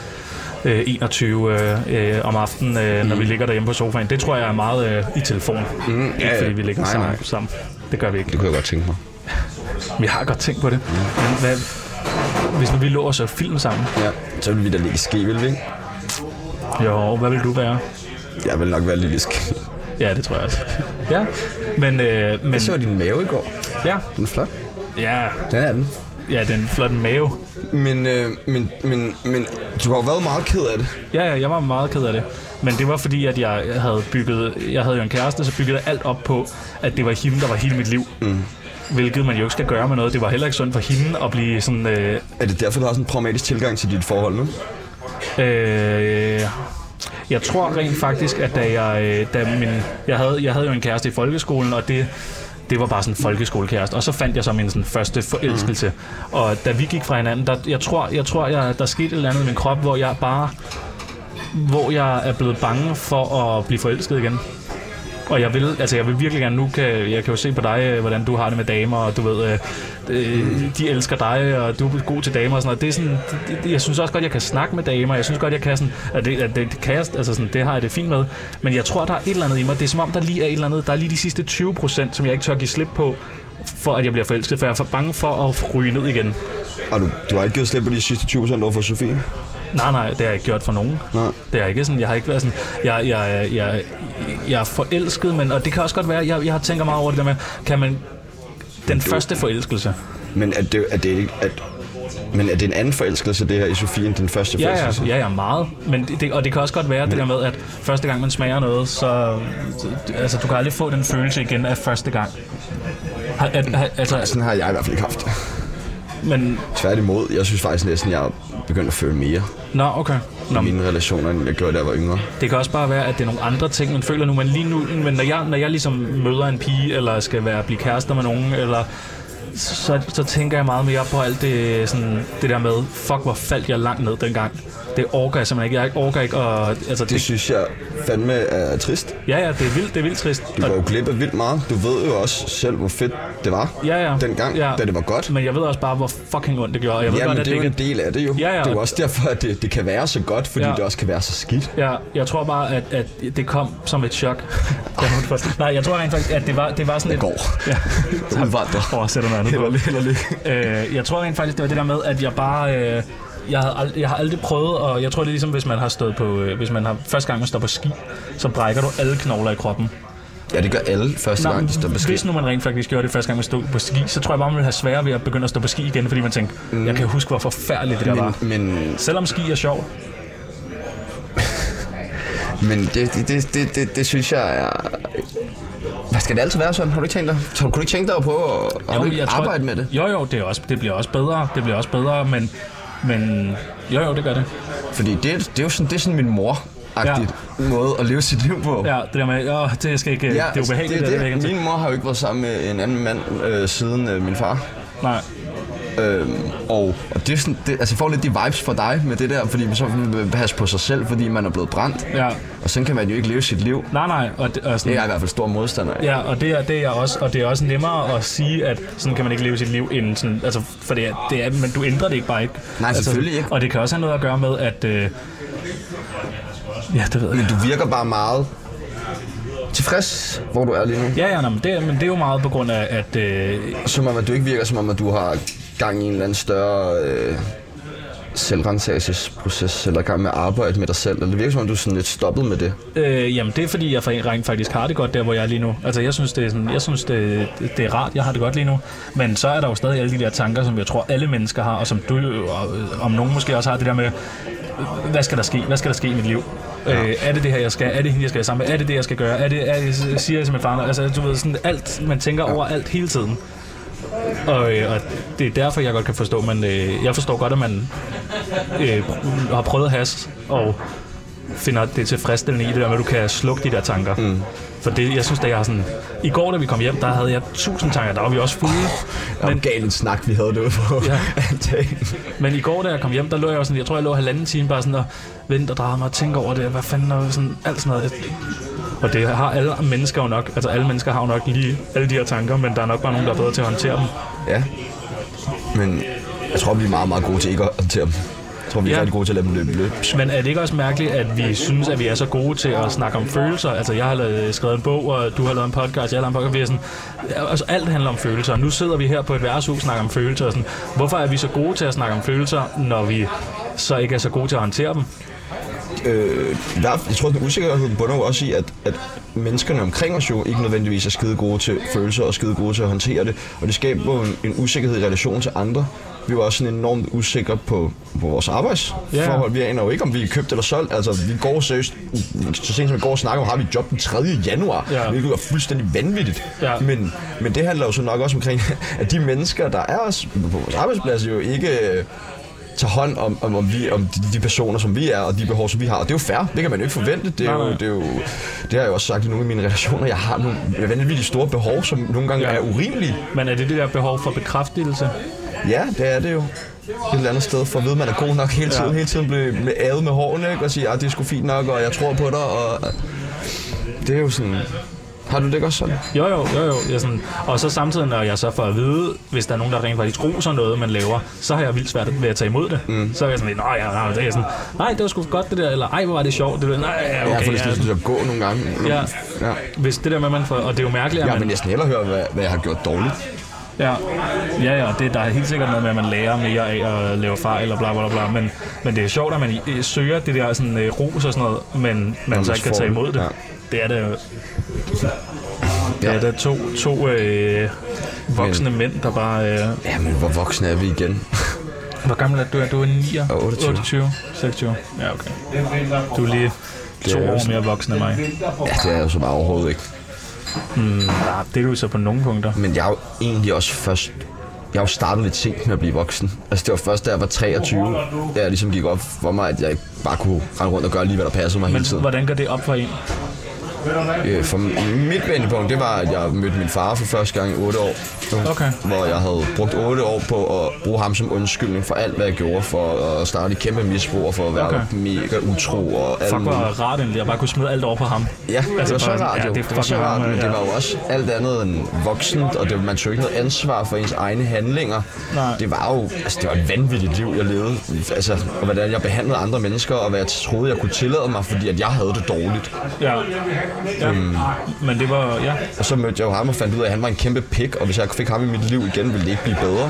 21 om aftenen, når vi ligger derhjemme på sofaen, det tror jeg er meget i telefon. Ikke fordi vi ligger sammen. Det gør vi ikke. Det kunne jeg godt tænke mig. Vi har godt tænkt på det. Men hvad... Hvis nu vi lå og så film sammen. Ja, så ville vi da ligge ske, ville vi ikke? Jo, hvad vil du være? Jeg vil nok være lille ske. Ja, det tror jeg også. Ja, men... Jeg så din mave i går. Ja. Den er flot. Ja. Den er den. Ja, den er flot mave. Men du har jo været meget ked af det. Ja, jeg var meget ked af det. Men det var fordi, at jeg havde jo en kæreste, så byggede jeg alt op på, at det var hende, der var hele mit liv. Hvilket man jo ikke skal gøre med noget. Det var heller ikke sundt for hende at blive sådan... Er det derfor, du har sådan en pragmatisk tilgang til dit forhold nu? Jeg tror rent faktisk, at jeg havde jo en kæreste i folkeskolen, og det det var bare sådan en folkeskolekæreste. Og så fandt jeg så min sådan første forelskelse. Og da vi gik fra hinanden, jeg tror, der skete et eller andet i min krop, hvor jeg er blevet bange for at blive forelsket igen. Og jeg vil virkelig gerne, jeg kan jo se på dig, hvordan du har det med damer, og du ved, de elsker dig, og du er god til damer og sådan noget. Det er sådan, jeg synes også godt, jeg kan snakke med damer, jeg synes godt, jeg kan sådan, at det kan jeg, altså sådan, det har jeg det fint med. Men jeg tror, der er et eller andet i mig, det er som om, der lige er et eller andet, der er lige de sidste 20%, som jeg ikke tør give slip på, for at jeg bliver forelsket, for jeg er for bange for at ryge ned igen. Og du har ikke givet slip på de sidste 20% over for Sofie? Nej, det har jeg ikke gjort for nogen. Nej. Det er ikke sådan, jeg har ikke været sådan, jeg er forelsket, men, og det kan også godt være, jeg har tænkt meget over det der med, kan man, den første forelskelse. Men men er det en anden forelskelse, det her i Sofie, end den første forelskelse? Ja, meget. Men det kan også godt være det der med, at første gang man smager noget, så altså, du kan aldrig få den følelse igen af første gang. Sådan har jeg i hvert fald ikke haft. Men tværtimod, jeg synes faktisk næsten, jeg er begyndt at føle mere. Nå, okay. I mine relationer, end jeg gjorde, da jeg var yngre. Det kan også bare være, at det er nogle andre ting, man føler nu. Men lige nu, når jeg ligesom møder en pige, eller skal blive kærester med nogen, eller så tænker jeg meget mere på alt det, sådan, det der med, fuck, hvor faldt jeg langt ned dengang. Det orker jeg simpelthen ikke. Jeg orker ikke at... Altså, det synes jeg fandme er trist. Ja, det er vildt trist. Du går jo glip af vildt meget. Du ved jo også selv, hvor fedt det var dengang, da det var godt. Men jeg ved også bare, hvor fucking ondt det gjorde. Jeg ved godt, men det er jo en del af det jo. Ja. Det er jo også derfor, at det kan være så godt, fordi det også kan være så skidt. Ja, jeg tror bare, at det kom som et chok. Nej, jeg tror rent faktisk, at det var sådan et... Det går. Ja. Udvandrer. Sætter noget andet. Jeg tror rent faktisk, det var det der med, at jeg bare... Jeg har aldrig prøvet, og jeg tror det er ligesom hvis man har stået på, hvis man har første gang man står på ski, så brækker du alle knogler i kroppen. Ja, det gør alle første gang de står på ski. Hvis nu man rent faktisk gjorde det første gang man stod på ski, så tror jeg bare man ville have sværere ved at begynde at stå på ski igen, fordi man tænker, jeg kan huske hvor forfærdeligt det der var. Men selvom ski er sjov. Men det synes jeg er... Hvad skal det altid være sådan? Har du ikke tænkt dig? Kunne du ikke tænke dig på at arbejde med det? Jo, det bliver også bedre. Det bliver også bedre, men jo, det gør det. Fordi det er sådan min mor-agtigt måde at leve sit liv på. Ja, det der med, det skal ikke, det er ubehageligt. Min mor har jo ikke været sammen med en anden mand siden min far. Nej. Og det er sådan, altså jeg får lidt de vibes fra dig med det der, fordi man så vil passe på sig selv, fordi man er blevet brændt. Ja. Og sådan kan man jo ikke leve sit liv. Nej. Og sådan, det er jeg i hvert fald stor modstander af. Ja, og det er jeg også, og det er også nemmere at sige, at sådan kan man ikke leve sit liv end sådan, altså for det er, men du ændrer det ikke bare ikke. Nej, selvfølgelig ikke. Og det kan også have noget at gøre med, at ja, det ved jeg. Men du virker bare meget tilfreds, hvor du er lige nu. Ja, men det er jo meget på grund af, at... Som om, at du ikke virker som om, at du har gang i en eller anden større selvrensagelsesproces, eller gang med at arbejde med dig selv, eller det virker som om, du er sådan lidt stoppet med det. Jamen, det er fordi, jeg rent faktisk har det godt der, hvor jeg er lige nu. Altså, jeg synes, det er rart, jeg har det godt lige nu. Men så er der jo stadig alle de der tanker, som jeg tror, alle mennesker har, og som du, om nogen måske også har det der med, hvad skal der ske? Hvad skal der ske i mit liv? Er det her, jeg skal? Er det hende, jeg skal sammen med? Er det det, jeg skal gøre? Er det siger jeg til min far? Altså, du ved, sådan alt, man tænker over alt hele tiden. Og det er derfor, jeg godt kan forstå, men jeg forstår godt, at man har prøvet has og finder det tilfredsstillende i det der med, at du kan slukke de der tanker. For det, jeg synes, at jeg har sådan... I går, da vi kom hjem, der havde jeg 1000 tanker. Der var vi også fulde. Men galt en snak, vi havde derude på. Ja. Men i går, da jeg kom hjem, der lå jeg sådan... Jeg tror, jeg lå 1,5 time bare sådan og vente og drejede mig og tænke over det. Hvad fanden er sådan... Alt sådan noget. Og det har alle mennesker jo nok. Altså alle mennesker har jo nok lige alle de her tanker, men der er nok bare nogen, der er bedre til at håndtere dem. Ja. Men jeg tror, vi er meget, meget gode til ikke at håndtere dem. Jeg tror, vi er rigtig gode til at lade dem løbe. Men er det ikke også mærkeligt, at vi synes, at vi er så gode til at snakke om følelser? Altså, jeg har skrevet en bog, og du har lavet en podcast, jeg har lavet en podcast. Vi er sådan, altså, alt handler om følelser. Nu sidder vi her på et værtshus og snakker om følelser. Og sådan. Hvorfor er vi så gode til at snakke om følelser, når vi så ikke er så gode til at håndtere dem? Jeg tror, at den usikkerhed bunder jo også i, at menneskerne omkring os jo ikke nødvendigvis er skide gode til følelser og skide gode til at håndtere det. Og det skaber jo en usikkerhed i relation til andre. Vi var også sådan enormt usikre på vores arbejdsforhold. Vi aner jo ikke, om vi er købt eller solgt. Altså, vi går seriøst, så sent som vi går og snakker om, har vi et job den 3. januar. Hvilket er fuldstændig vanvittigt. Ja. Men det handler jo så nok også omkring, at de mennesker, der er os på vores arbejdsplads, jo ikke tager hånd om de personer, som vi er, og de behov, som vi har. Og det er jo fair. Det kan man jo ikke forvente. Det har jeg jo også sagt i nogle af mine relationer. Jeg har nogle vanvittigt store behov, som nogle gange er urimelige. Men er det der behov for bekræftelse? Ja, det er det jo. Et eller andet sted, for at vide, man er god nok hele tiden. Hele tiden blive ædet med hårene, ikke? Og sige, det er sgu fint nok, og jeg tror på dig. Og det er jo sådan... Har du det ikke også sådan? Jo. Jeg sådan, og så samtidig, når jeg så får at vide, hvis der er nogen, der rent faktisk roser noget, man laver, så har jeg vildt svært ved at tage imod det. Så er jeg sådan, det er sådan, nej, det var sgu godt det der, eller ej, hvor var det sjovt. Det der, nej, okay. Jeg får næsten lyst til at gå nogle gange. Ja. Hvis det der med, man får, og det er jo mærkeligt, at jeg vil næsten hellere høre, hvad jeg har gjort dårligt. Ja, der er helt sikkert noget med, at man lærer mere af at lave fejl og bla bla bla, men det er sjovt, at man søger det der sådan ros og sådan noget, men man så ikke kan tage imod det. Ja. Det er det jo. Det er der to voksne mænd, der bare... Ja, men hvor voksne er vi igen? Hvor gammel er du? Du er 9 og 28? 26? Ja, okay. Du er lige 2 år mere voksen end mig. Ja, det er jeg jo så bare overhovedet ikke. Det er du så på nogle punkter. Men jeg er jo egentlig også først... Jeg har jo startet lidt sent med at blive voksen. Altså det var først, da jeg var 23, da jeg ligesom gik op for mig, at jeg ikke bare kunne rende rundt og gøre lige, hvad der passede mig hele tiden. Men hvordan går det op for en? For mit vendepunkt, det var, at jeg mødte min far for første gang i 8 år. Okay. Hvor jeg havde brugt 8 år på at bruge ham som undskyldning for alt, hvad jeg gjorde, for at starte et kæmpe misbrug og for at være mega utro og alt. Fuck, hvor rart egentlig, jeg bare kunne smide alt over på ham. Ja, det var så rart jo. Det var så rart, men det var jo også alt andet end voksent, og man tog ikke noget ansvar for ens egne handlinger. Nej. Det var jo, det var et vanvittigt liv, jeg levede. Altså, og hvordan jeg behandlede andre mennesker, og hvad jeg troede, jeg kunne tillade mig, fordi at jeg havde det dårligt. Ja. Men det var, Og så mødte jeg jo ham og fandt ud af, at han var en kæmpe pik, og hvis jeg fik ham i mit liv igen, ville det ikke blive bedre.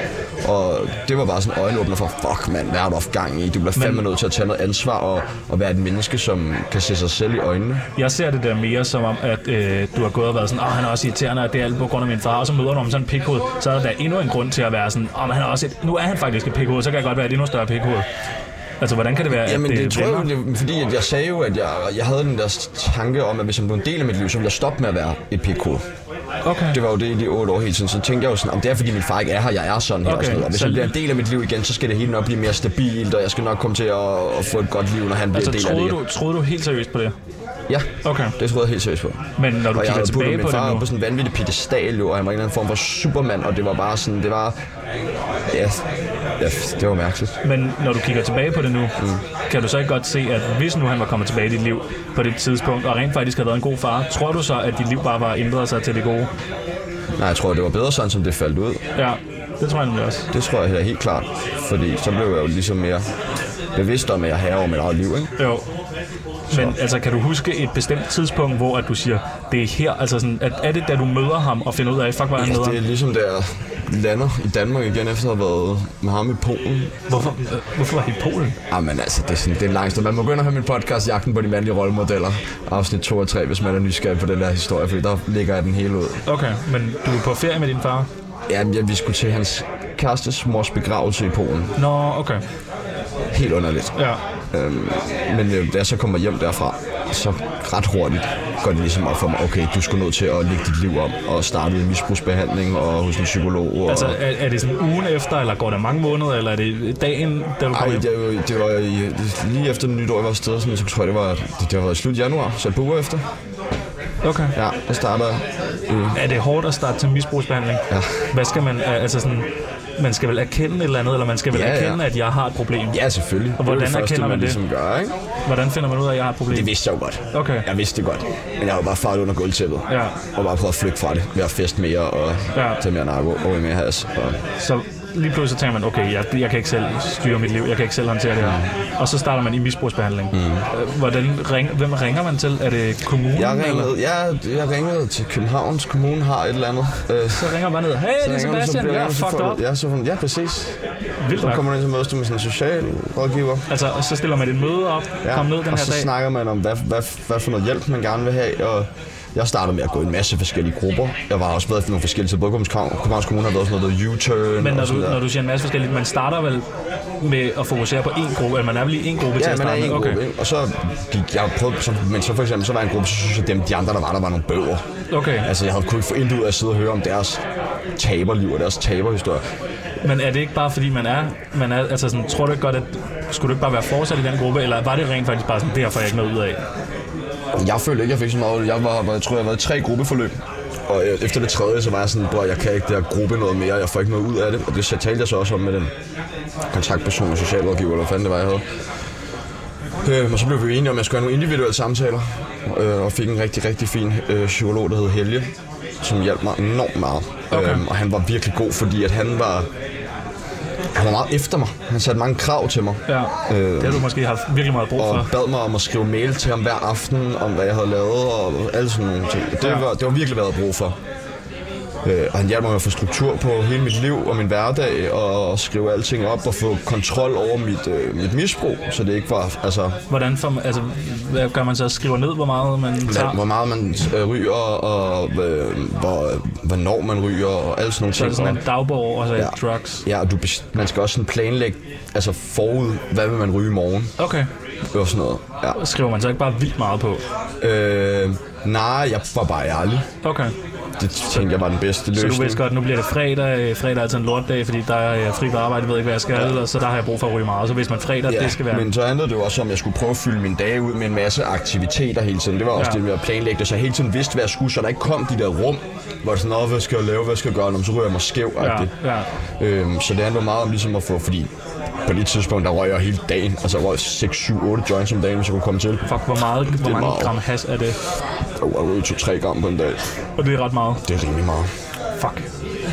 Og det var bare sådan en øjenåbner for, fuck mand, hvad er du haft gang i? Du bliver fandme nødt til at tage noget ansvar og være et menneske, som kan se sig selv i øjnene. Jeg ser det der mere som om, at du har gået og været sådan, han er også irriterende, at det er alt på grund af min far, og så møder du om sådan en pikhoved, så er der endnu en grund til at være sådan, han er også nu er han faktisk et pikhoved, så kan jeg godt være et endnu større pikhoved. Altså, hvordan kan det være, at det tror jeg, fordi at jeg sagde jo, at jeg havde den der tanke om, at hvis jeg blev en del af mit liv, så ville jeg stoppe med at være et pikhoved. Okay. Det var jo det i de 8 år hele tiden. Så tænkte jeg jo sådan, om det er fordi min far ikke er her, jeg er sådan her og sådan noget. Og hvis jeg bliver en del af mit liv igen, så skal det hele nok blive mere stabilt, og jeg skal nok komme til at få et godt liv, når han bliver en del af det. Troede du helt seriøst på det? Ja, okay. Det troede jeg helt seriøst på. Men når du kigger tilbage på det nu... Jeg havde på sådan en vanvittig piedestal jo, og han var en eller anden form for Superman, og det var bare sådan, det var... Ja, det var mærkeligt. Men når du kigger tilbage på det nu, kan du så ikke godt se, at hvis nu han var kommet tilbage i dit liv på det tidspunkt, og rent faktisk havde været en god far, tror du så, at dit liv bare var ændret sig til det gode? Nej, jeg tror, det var bedre sådan, som det faldt ud. Ja, det tror jeg nemlig også. Det tror jeg helt klart, fordi så blev jeg jo ligesom mere bevidst om, at jeg havde over mit eget liv, ikke? Jo. Men altså, kan du huske et bestemt tidspunkt, hvor at du siger, det er her, altså sådan, er det da du møder ham og finder ud af, fuck, hvad han møder? Ja, det er ligesom der lander i Danmark igen, efter at have været med ham i Polen. Hvorfor var det i Polen? Men altså, det er langt. Man må gå ind og høre min podcast, Jagten på de mandlige rollemodeller, afsnit 2 og 3, hvis man er nysgerrig på den der historie, fordi der ligger jeg den hele ud. Okay, men du er på ferie med din far? Ja, vi skulle til hans kærestes mors begravelse i Polen. Nå, okay. Helt underligt. Ja. Men da jeg så kommer hjem derfra, så ret hurtigt går det ligesom op for mig, okay, du skulle nødt til at lægge dit liv om og starte en misbrugsbehandling og hos en psykolog. Altså, er det sådan ugen efter, eller går det mange måneder, eller er det dagen, da du kommer hjem? Det var lige efter nytår, jeg var afsted, så tror jeg, det var slut januar, så et par uger efter. Okay. Ja, der starter Er det hårdt at starte til misbrugsbehandling? Ja. Hvad skal man, altså sådan... Man skal vel erkende et eller andet, eller man skal vel erkende, at jeg har et problem? Ja, selvfølgelig. Og hvordan erkender man det? Ligesom gør, ikke? Hvordan finder man ud af, at jeg har et problem? Det vidste jeg jo godt. Okay. Jeg vidste det godt. Men jeg var bare farvet under gulvtæppet. Ja. Og bare prøvet at flygte fra det. Ved at feste mere og tage mere narko og mere has. Så lige pludselig tænker man, okay, jeg kan ikke selv styre mit liv, jeg kan ikke selv håndtere det her. Og så starter man i misbrugsbehandling. Hvem ringer man til? Er det kommunen? Jeg ringede til Københavns Kommune, har et eller andet. Så ringer man ned, hey, det er Sebastian, jeg er fucked up. Ja, præcis. Vildt så kommer man ind til mødes med sådan en social rådgiver. Altså, så stiller man et møde op, kom ned den her dag. Og så snakker man om, hvad for noget hjælp man gerne vil have, og jeg startede med at gå i en masse forskellige grupper. Jeg var også været for nogle forskellige til både Københavns Kommune har været sådan noget U-turn. Men når du siger en masse forskellige, man starter vel med at fokusere på én gruppe, eller man er vel i én gruppe til at starte med? Ja, man er i én gruppe, og så gik jeg prøvet, men så for eksempel, så var en gruppe, så synes jeg, de andre, der var nogle bøger. Okay. Altså, jeg havde kunnet få intet ud af at sidde og høre om deres taberliv og deres taberhistorie. Men er det ikke bare fordi man er altså sådan, tror du ikke godt, at skulle du ikke bare være fortsat i den gruppe, eller var det rent faktisk bare sådan, det her får jeg ikke noget ud af? Jeg følte ikke, jeg fik så meget. Jeg tror, jeg var i 3 gruppeforløb. Og efter det tredje, så var jeg sådan, jeg kan ikke der gruppe noget mere, jeg får ikke noget ud af det. Og det talte jeg så også om med den kontaktperson og socialrådgiver, eller hvad fanden det var, jeg havde. Og så blev vi enige om, at jeg skulle have nogle individuelle samtaler. Og fik en rigtig, rigtig fin psykolog, der hed Helge, som hjalp mig enormt meget. Okay. Og han var virkelig god, fordi at han var meget efter mig. Han satte mange krav til mig. Ja, det har du måske haft virkelig meget brug for. Og bad mig om at skrive mail til ham hver aften, om hvad jeg havde lavet, og alle sådan nogle ting. Det var virkelig, hvad jeg havde brug for. Og han hjalp mig med at få struktur på hele mit liv og min hverdag, og skrive alting op og få kontrol over mit misbrug, så det ikke var, altså... Hvordan hvad gør man så? Skriver ned, hvor meget man tager? Hvor meget man ryger, og hvornår man ryger, og alle sådan nogle ting. Så er det sådan en dagbog over drugs? Ja, og man skal også sådan planlægge, altså forud, hvad vil man ryge i morgen? Okay. Og sådan noget, ja. Skriver man så ikke bare vildt meget på? Nej, jeg var bare ærlig. Okay. Det tænkte jeg var den bedste løsning. Så du vidste godt, nu bliver det fredag. Fredag er altid en lortdag, fordi der er fri på arbejde, jeg ved ikke, hvad jeg skal, og så der har jeg brug for at ryge meget. Så hvis man fredag, det skal være... men så handlede det jo også om, at jeg skulle prøve at fylde mine dage ud med en masse aktiviteter hele tiden. Det var også det med at planlægge det, så jeg hele tiden vidste, hvad jeg skulle, så der ikke kom de der rum, hvor det sådan, hvad skal jeg lave, hvad skal jeg gøre, så ryger jeg mig skæv. Så det handlede meget om ligesom at få, fordi på det tidspunkt, der røg jeg hele dagen. Altså jeg røg 6, 7, 8 joints om dagen, hvis jeg kunne komme til. Fuck, hvor mange gram hash er det? Jeg røg 2-3 gram på en dag. Og det er ret meget? Det er rimelig meget. Fuck.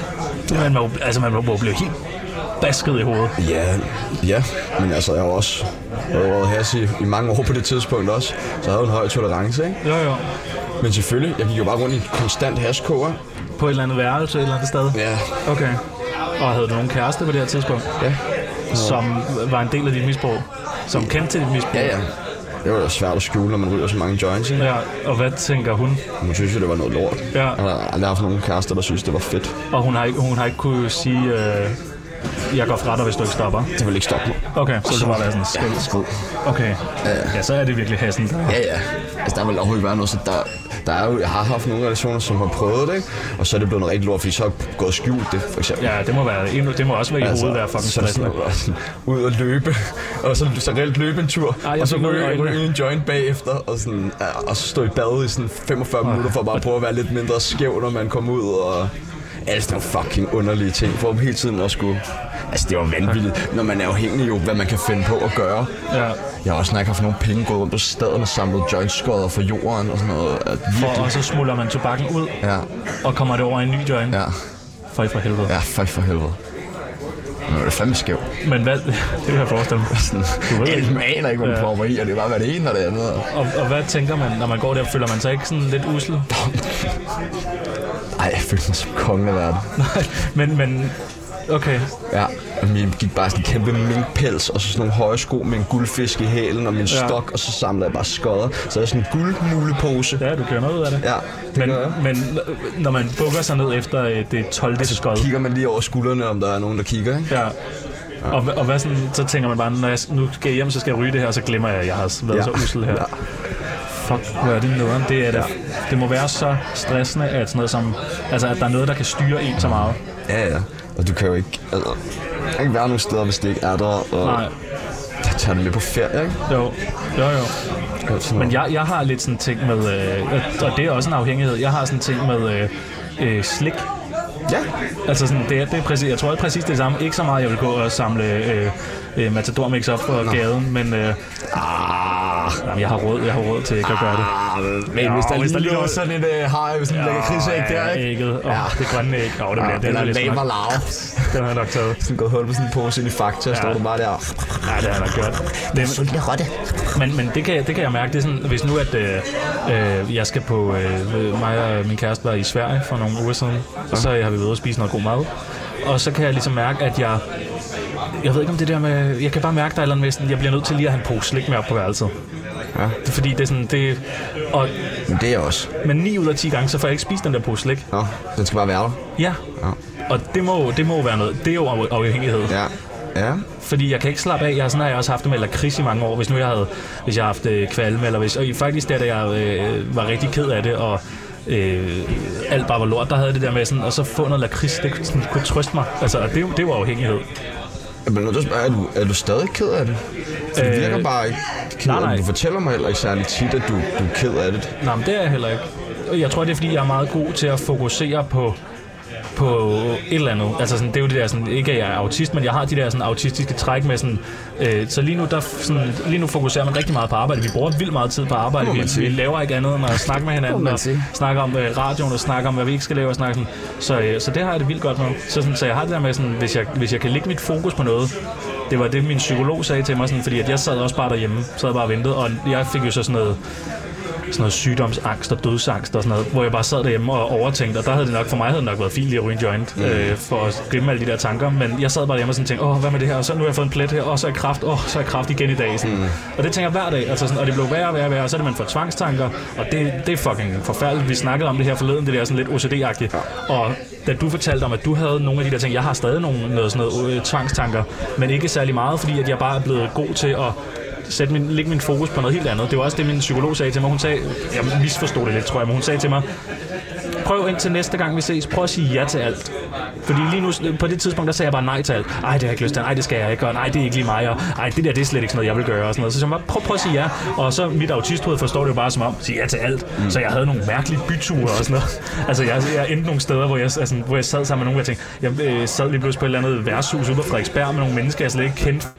Man må blive helt basket i hovedet. Ja, men altså jeg har også røget hash i mange år på det tidspunkt også. Så jeg havde en høj tolerance, ikke? Jo. Men selvfølgelig, jeg gik jo bare rundt i konstant hashkoger. På et eller andet værelse et eller andet sted? Ja. Okay. Og havde du nogen kæreste på det her tidspunkt? Ja. Som var en del af dit misbrug? Som kendte til dit misbrug? Ja. Det var jo svært at skjule, når man ryger så mange joints. Ikke? Ja, og hvad tænker hun? Hun synes jo, det var noget lort. Ja. Jeg har aldrig haft nogen kærester, der synes, det var fedt. Og hun har ikke kunne sige, jeg går fra dig, hvis du ikke stopper? Det vil ikke stoppe mig. Okay, så det var der sådan en skrid. Okay, ja, så er det virkelig hassen. Ja. Altså, der vil overhovedet være noget, så der er jo, jeg har haft nogle relationer, som har prøvet det, ikke? Og så er det blevet noget rigtig lort, fordi så har jeg gået skjult det, for eksempel. Ja, det må også være i hovedet være fucking stressende. Ud og løbe, og så reelt løbe en tur, og så ryge en joint bagefter, og, sådan, og så stå i bad i sådan 45 minutter, for bare prøve at være lidt mindre skæv, når man kommer ud, og alle sådan fucking underlige ting, for hele tiden at skulle... Altså, det var vanvittigt, når man er afhængig jo, hvad man kan finde på at gøre. Ja. Jeg har også, når jeg ikke har fået nogle penge, gået rundt på staden og samlet jointskodder fra jorden og sådan noget. Og så smuldrer man tobakken ud, og kommer det over i en ny joint. Ja. Føj for helvede. Ja, føj for helvede. Nu er det fandme skæv. Men hvad... Det kan jeg forestille mig. Man aner ikke, hvad man prøver i, og det er bare, hvad det ene og det andet. Og hvad tænker man, når man går der? Føler man sig ikke sådan lidt usel? Ej, jeg følte mig som kongen af verden. Nej, men... Okay. Ja, og vi gik bare sådan en kæmpe minkpels, og så sådan nogle høje sko med en guldfisk i hælen og min stok, og så samlede jeg bare skodder. Så er sådan en guldmulepose. Ja, du kører noget ud af det. Ja, det gør jeg. Men når man bukker sig ned efter det 12. skod... Så kigger man lige over skuldrene, om der er nogen, der kigger, ikke? Ja. Og hvad sådan, så tænker man bare, når jeg nu skal hjem, så skal jeg ryge det her, og så glemmer jeg, at jeg har været så usel her. Ja. Fuck, hvor er det nederen. Det må være så stressende, at sådan noget som... Altså, at der er noget, der kan styre en så meget. Ja. Og du kan jo ikke... Altså, der kan ikke være nogen steder, hvis det ikke er der. Og nej. Der tager det med på ferie, ikke? Jo. Men jeg har lidt sådan ting med... og det er også en afhængighed. Jeg har sådan ting med slik. Ja. Altså sådan, det er præcis... Jeg tror det er præcis det samme. Ikke så meget, jeg vil gå og samle Matador Mix op på gaden, men... Jamen, jeg har råd til ikke at gøre det. Men hvis der lige var sådan et hej, sådan en lækker krigsæg der, ikke? Ægget. Det grønne æg. Det bliver det. Eller lamer lav. Den har jeg nok taget. Sådan gået hul på sådan en pose ind i Fakta, står du bare der. Ja, det har jeg nok gjort. Det er sultne rotte. Men det kan jeg mærke. Det er sådan, hvis nu at jeg skal på... mig og min kæreste var i Sverige for nogle uger siden, så har vi været at spise noget god mad. Og så kan jeg ligesom mærke, at jeg ved ikke om det der med... Jeg kan bare mærke, der er et eller andet med, jeg bliver nødt til lige at have en pose slik med op på værelset. Ja. Det er fordi, det er sådan... Men det er også. Men 9 ud af 10 gange, så får jeg ikke spist den der pose slik. Ja, den skal bare være der. Ja. Og det må være noget. Det er jo afhængighed. Ja. Fordi jeg kan ikke slappe af. Jeg har også haft det med lakrids i mange år. Hvis jeg har haft kvalme, eller hvis... Og faktisk da jeg var rigtig ked af det, og alt bare var lort. Der havde det der med sådan, og så få noget lakrids, det sådan, kunne trøste mig. Altså, det var afhængighed. Men er du stadig ked af det? For det virker bare ikke ked af det. Du fortæller mig heller ikke særlig tit, at du er ked af det. Nej, men det er jeg heller ikke. Jeg tror, det er, fordi jeg er meget god til at fokusere på et eller andet. Altså sådan, det er jo det der sådan, ikke at jeg er autist, men jeg har de der sådan autistiske træk med sådan, så lige nu fokuserer man rigtig meget på arbejde. Vi bruger vildt meget tid på arbejde. Vi laver ikke andet end at snakke med hinanden og snakke om radioen og snakke om, hvad vi ikke skal lave og snakke sådan. Så det har jeg det vildt godt med. Så jeg har det der med sådan, hvis jeg kan lægge mit fokus på noget. Det var det, min psykolog sagde til mig, sådan, fordi at jeg sad også bare derhjemme, sad bare og ventede, og jeg fik jo så sådan noget sygdomsangst og dødsangst og sådan noget, hvor jeg bare sad derhjemme og overtænkte, og der havde det nok, for mig havde det nok været fint lige at ryge en joint, for at glemme alle de der tanker, men jeg sad bare derhjemme og sådan tænkte, hvad med det her, og så nu har jeg fået en plet her, og så er jeg kræft igen i dag, sådan. Og det tænker jeg hver dag, altså sådan, og det blev værre, og så er det, man får tvangstanker, og det er fucking forfærdeligt. Vi snakkede om det her forleden, det der sådan lidt OCD-agtigt, og da du fortalte om, at du havde nogle af de der ting, jeg har stadig noget tvangstanker, men ikke særlig meget, fordi at jeg bare er blevet god til at lægge min fokus på noget helt andet. Det var også det, min psykolog sagde til mig. Hun sagde, jeg misforstod det lidt, tror jeg, men hun sagde til mig, prøv indtil næste gang vi ses, prøv at sige ja til alt. Fordi lige nu, på det tidspunkt, der sagde jeg bare nej til alt. Ej, det har jeg ikke lyst til, nej, det skal jeg ikke, og nej, det er ikke lige mig, og ej, det er slet ikke sådan noget, jeg vil gøre, og sådan noget. Så jeg bare, prøv at sige ja, og så mit autisthoved forstår det jo bare som om, sige ja til alt. Så jeg havde nogle mærkelige byture og sådan noget. Altså, jeg endte nogle steder, hvor jeg sad sammen med nogle, jeg sad lige pludselig på et eller andet værtshus ude på Frederiksberg med nogle mennesker, jeg slet ikke kendte.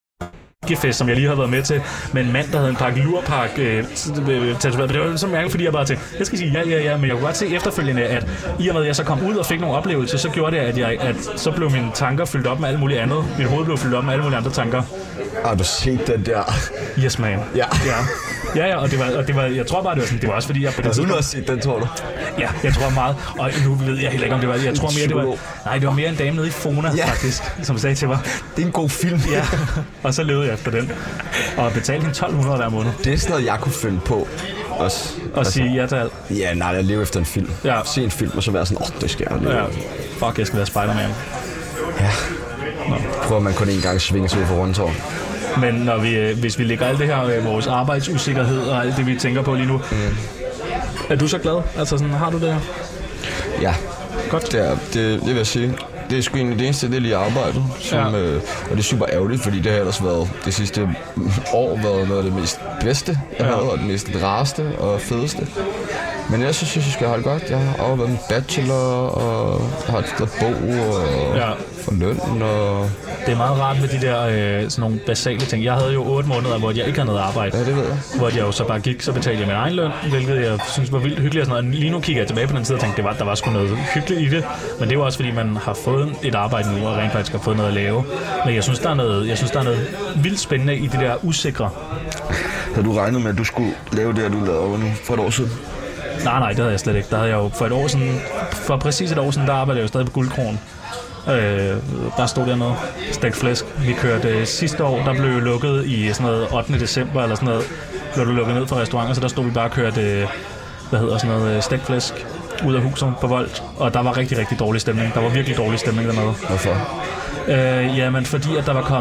Fest, som jeg lige har været med til, med en mand, der havde en pakke lurpak tatoveret. Det var så mærkeligt, fordi jeg bare tænkte, jeg skal sige ja, men jeg kunne godt se efterfølgende, at i og med, at jeg så kom ud og fik nogle oplevelser, så gjorde det, at så blev mine tanker fyldt op med alt muligt andet. Mit hoved blev fyldt op med alle mulige andre tanker. Har du set den der? Yes, man. Ja, og det var, jeg tror bare, det var sådan, det var også fordi, jeg på det tidspunkt... Har du også set den, tror du? Ja, jeg tror meget, og nu ved jeg heller ikke, om det var, jeg tror mere, det var mere en dame nede i Fona, faktisk, som sagde til mig. Det er en god film. Ja, og så levede jeg efter den, og betalte hende 1.200 hver måned. Det er sådan noget, jeg kunne finde på. Og sige ja til alt. Ja, nej, jeg lever efter en film. Ja. Se en film, og så være sådan, det skal jeg leve. Ja. Fuck, jeg skal være Spider-Man. Ja. Prøver man kun en gang svinge sig ud for rundtår. Men hvis vi lægger alt det her, vores arbejdsusikkerhed og alt det, vi tænker på lige nu, er du så glad? Altså sådan, har du det her? Ja. Godt. Det vil jeg sige. Det er sgu egentlig det eneste, det er lige arbejdet. Og det er super ærgerligt, fordi det har ellers været det sidste år været noget af det mest bedste, jeg havde, og det mest rareste og fedeste. Men jeg synes, jeg skal have det godt. Jeg har afleveret en bachelor, og jeg har et sted bog, og for løn, og... Det er meget rart med de der sådan nogle basale ting. Jeg havde jo 8 måneder, hvor jeg ikke havde noget arbejde. Ja, det ved jeg. Hvor jeg jo så bare gik, så betalte jeg min egen løn, hvilket jeg synes var vildt hyggeligt og sådan noget. Lige nu kigger jeg tilbage på den tid og tænkte, der var sgu noget hyggeligt i det. Men det er jo også, fordi man har fået et arbejde nu, og rent faktisk har fået noget at lave. Men jeg synes, der er noget vildt spændende i det der usikre. Havde du regnet med, at du skulle lave det, du lavede over nu for et år siden? Nej, det havde jeg slet ikke. Der havde jeg jo for præcis et år siden, der arbejdede jeg jo stadig på Guldkronen. Der stod der noget stegt flæsk. Vi kørte sidste år, der blev lukket i sådan noget 8. december eller sådan noget. Blev du lukket ned for restauranter, så der stod vi bare og kørte, stegt flæsk ud af huset på Volt. Og der var rigtig, rigtig dårlig stemning. Der var virkelig dårlig stemning dernede. Hvorfor? Jamen fordi at der var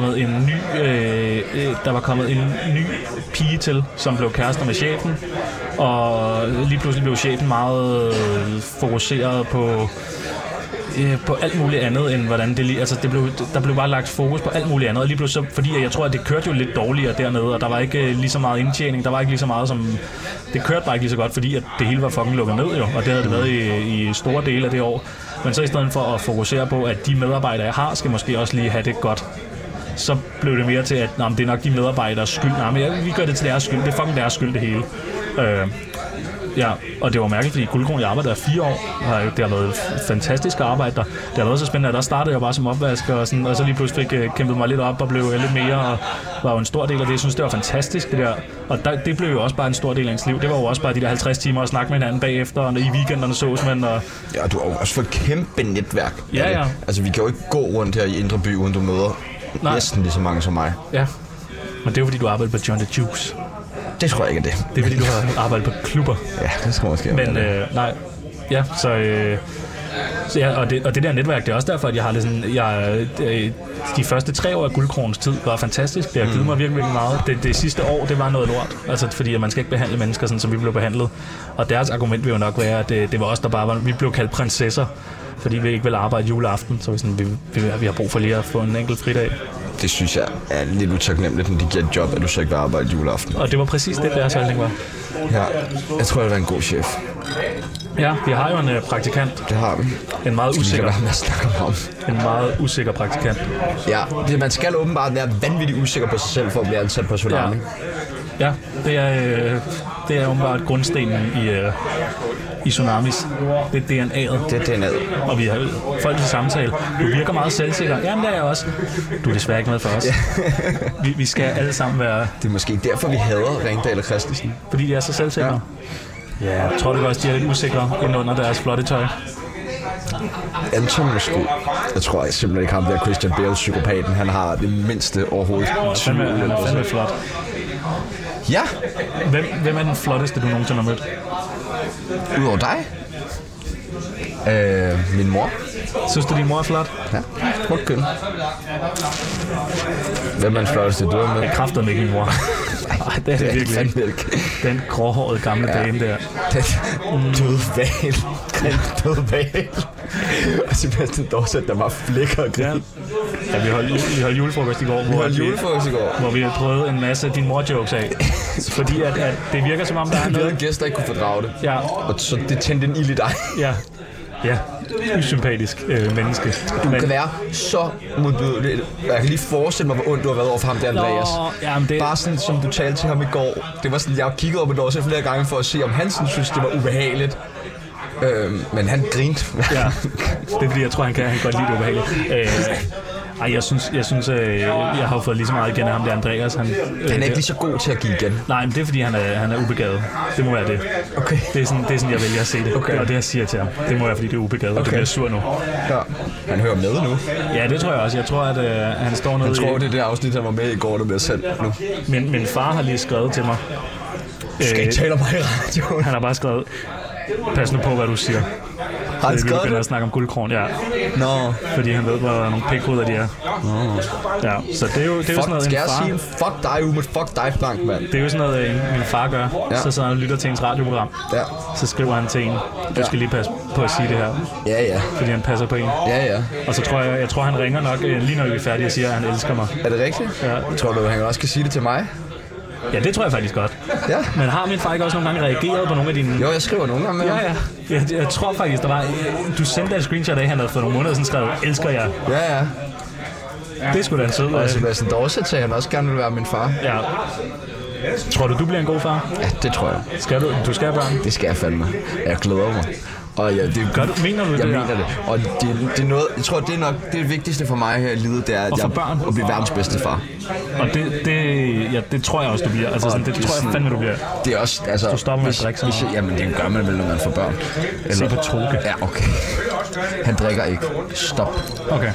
kommet en ny pige til, som blev kærester med chefen, og lige pludselig blev chefen meget fokuseret på alt muligt andet end hvordan det lige, altså der blev bare lagt fokus på alt muligt andet, og lige pludselig fordi jeg tror at det kørte jo lidt dårligere dernede, og der var ikke lige så meget indtjening, der var ikke lige så meget som det kørte bare ikke lige så godt, fordi at det hele var fucking lukket ned jo, og det havde det været i store dele af det år. Men så i stedet for at fokusere på at de medarbejdere jeg har skal måske også lige have det godt, så blev det mere til at det er nok de medarbejderes skyld. Vi gør det til deres skyld, det er fucking deres skyld det hele. Ja, og det var mærkeligt, fordi Guldkronen, jeg arbejdede der 4 år, det har været fantastisk arbejde der. Det har været så spændende, at der startede jeg bare som opvasker, og så lige pludselig fik kæmpet mig lidt op og blev lidt mere, og var jo en stor del af det. Jeg synes, det var fantastisk, det der. Og det blev jo også bare en stor del af ens liv. Det var jo også bare de der 50 timer at snakke med hinanden bagefter, og i weekenderne sås man. Og... Ja, du har jo også fået et kæmpe netværk. Ja. Altså, vi kan jo ikke gå rundt her i Indre By, uden du møder næsten lige så mange som mig. Ja, men det er jo fordi, du arbejder på John the Juice. Det tror jeg ikke, det. Det er fordi, du har arbejdet på klubber. Ja, det tror jeg måske. Men nej, ja, så Så ja, og det der netværk, det er også derfor, at jeg har det sådan, de første 3 år af Guldkronens tid var fantastisk. Det har givet mig virkelig, virkelig meget. Det sidste år, det var noget lort. Altså, fordi man skal ikke behandle mennesker sådan, som vi blev behandlet. Og deres argument vil jo nok være, at det var os, der bare var, vi blev kaldt prinsesser, fordi vi ikke ville arbejde juleaften. Så vi har brug for lige at få en enkelt fridag. Det synes jeg er lidt utaknemmeligt, når de giver et job, at du så ikke vil arbejde juleaften. Og det var præcis det, deres holdning var. Ja, jeg tror, det var en god chef. Ja, vi har jo en praktikant. Det har vi. En meget usikker. Om. En meget usikker praktikant. Ja, man skal åbenbart være vanvittigt usikker på sig selv for at blive ansat på Tsunami. Ja, det er åbenbart grundstenen i Tsunamis. Det er DNA'et. Det er DNA'et. Og vi har folk til samtale. Du virker meget selvsikker. Jamen, det er jeg også. Du er desværre ikke med for os. Vi skal alle sammen være... Det er måske derfor, vi hader Ringdal og Christensen. Fordi de er så selvsikre. Ja, jeg tror du også, de er lidt usikre ind under deres flotte tøj. Anton måske. Jeg tror simpelthen ikke ham der Christian Bale, psykopaten. Han har det mindste overhovedet. Han er fandme flot. Ja. Hvem er den flotteste, du nogensinde har mødt? Udover dig? Min mor. Synes du, din mor er flot? Ja, smukt køn. Hvem er den flotteste, du har mødt? Jeg kræftede ikke min mor. Ej, det er det virkelig ikke. Den gråhårede gamle dame der. Den døde val. Den døde val. Og Sebastian Dorset, der var flækker og grin. Ja, vi holdt julefrokost i går. Hvor vi prøvede en masse din mor-jokes af. Fordi at det virker som om, der er noget... Vi havde en gæst, der ikke kunne fordrage det. Ja. Og så det tændte en ild i dig. Ja, usympatisk menneske. Du kan være så modbydelig. Jeg kan lige forestille mig, hvor ondt du har været over for ham, det Andreas. Bare sådan, som du talte til ham i går. Det var sådan, jeg kiggede op på Dorset flere gange for at se, om han synes, det var ubehageligt. Men han grinte. Ja, det er fordi, jeg tror, han kan godt lide det ubehageligt. Jeg synes, jeg har fået lige så meget igen af ham, det Andreas. Han er ikke lige så god til at give igen. Nej, men det er fordi, han er ubegavet. Det må være det. Okay. Det er sådan, jeg vælger at se det. Okay. Og det, jeg siger til ham, det må være, fordi det er ubegavet, og det bliver sur nu. Ja. Han hører med nu. Ja, det tror jeg også. Jeg tror, at han står nede. Jeg tror, det er det afsnit, han var med i går, der bliver sendt nu. Min far har lige skrevet til mig. Du skal ikke tale om mig i radioen. Han har bare skrevet, pas nu på, hvad du siger. Har han skrevet det? Vi begynder at snakke om Guldkron, ja. Nå. Fordi han ved, hvor nogle pikhoveder de er. Ja, så det er jo sådan noget, skal jeg sige fuck dig, Umut, fuck dig, Frank, mand. Det er jo sådan noget, min far gør. Ja. Så sidder han og lytter til ens radioprogram. Ja. Så skriver han til en, du skal lige passe på at sige det her. Ja. Fordi han passer på en. Ja. Og så tror jeg tror, han ringer nok lige når vi er færdige og siger, at han elsker mig. Er det rigtigt? Ja. Tror du, han også kan sige det til mig? Ja, det tror jeg faktisk godt. Ja. Men har min far ikke også nogle gange reageret på nogle af dine... Jo, jeg skriver nogle gange med ham. Ja. Jeg tror faktisk, der var... Du sendte et screenshot af, han havde for nogle måneder siden skrevet, elsker jeg. Ja. Det er sgu da en sød... Og Sebastian Dorset sagde, han også gerne vil være min far. Ja. Tror du bliver en god far? Ja, det tror jeg. Skal du skal have børn? Det skal jeg fandme. Jeg glæder mig. Og ja, det gør du, mener du det? Jeg mener det. Og det er noget, jeg tror, det er nok det vigtigste for mig her i livet, det er, at jeg bliver verdens bedste far. Og det tror jeg også, du bliver. Altså, sådan, det tror jeg fandme, du bliver. Det er også, altså... Du stopper med at drikke så meget. Jamen, det gør man vel, når man får børn. Se på Toge. Ja, okay. Han drikker ikke. Stop. Okay.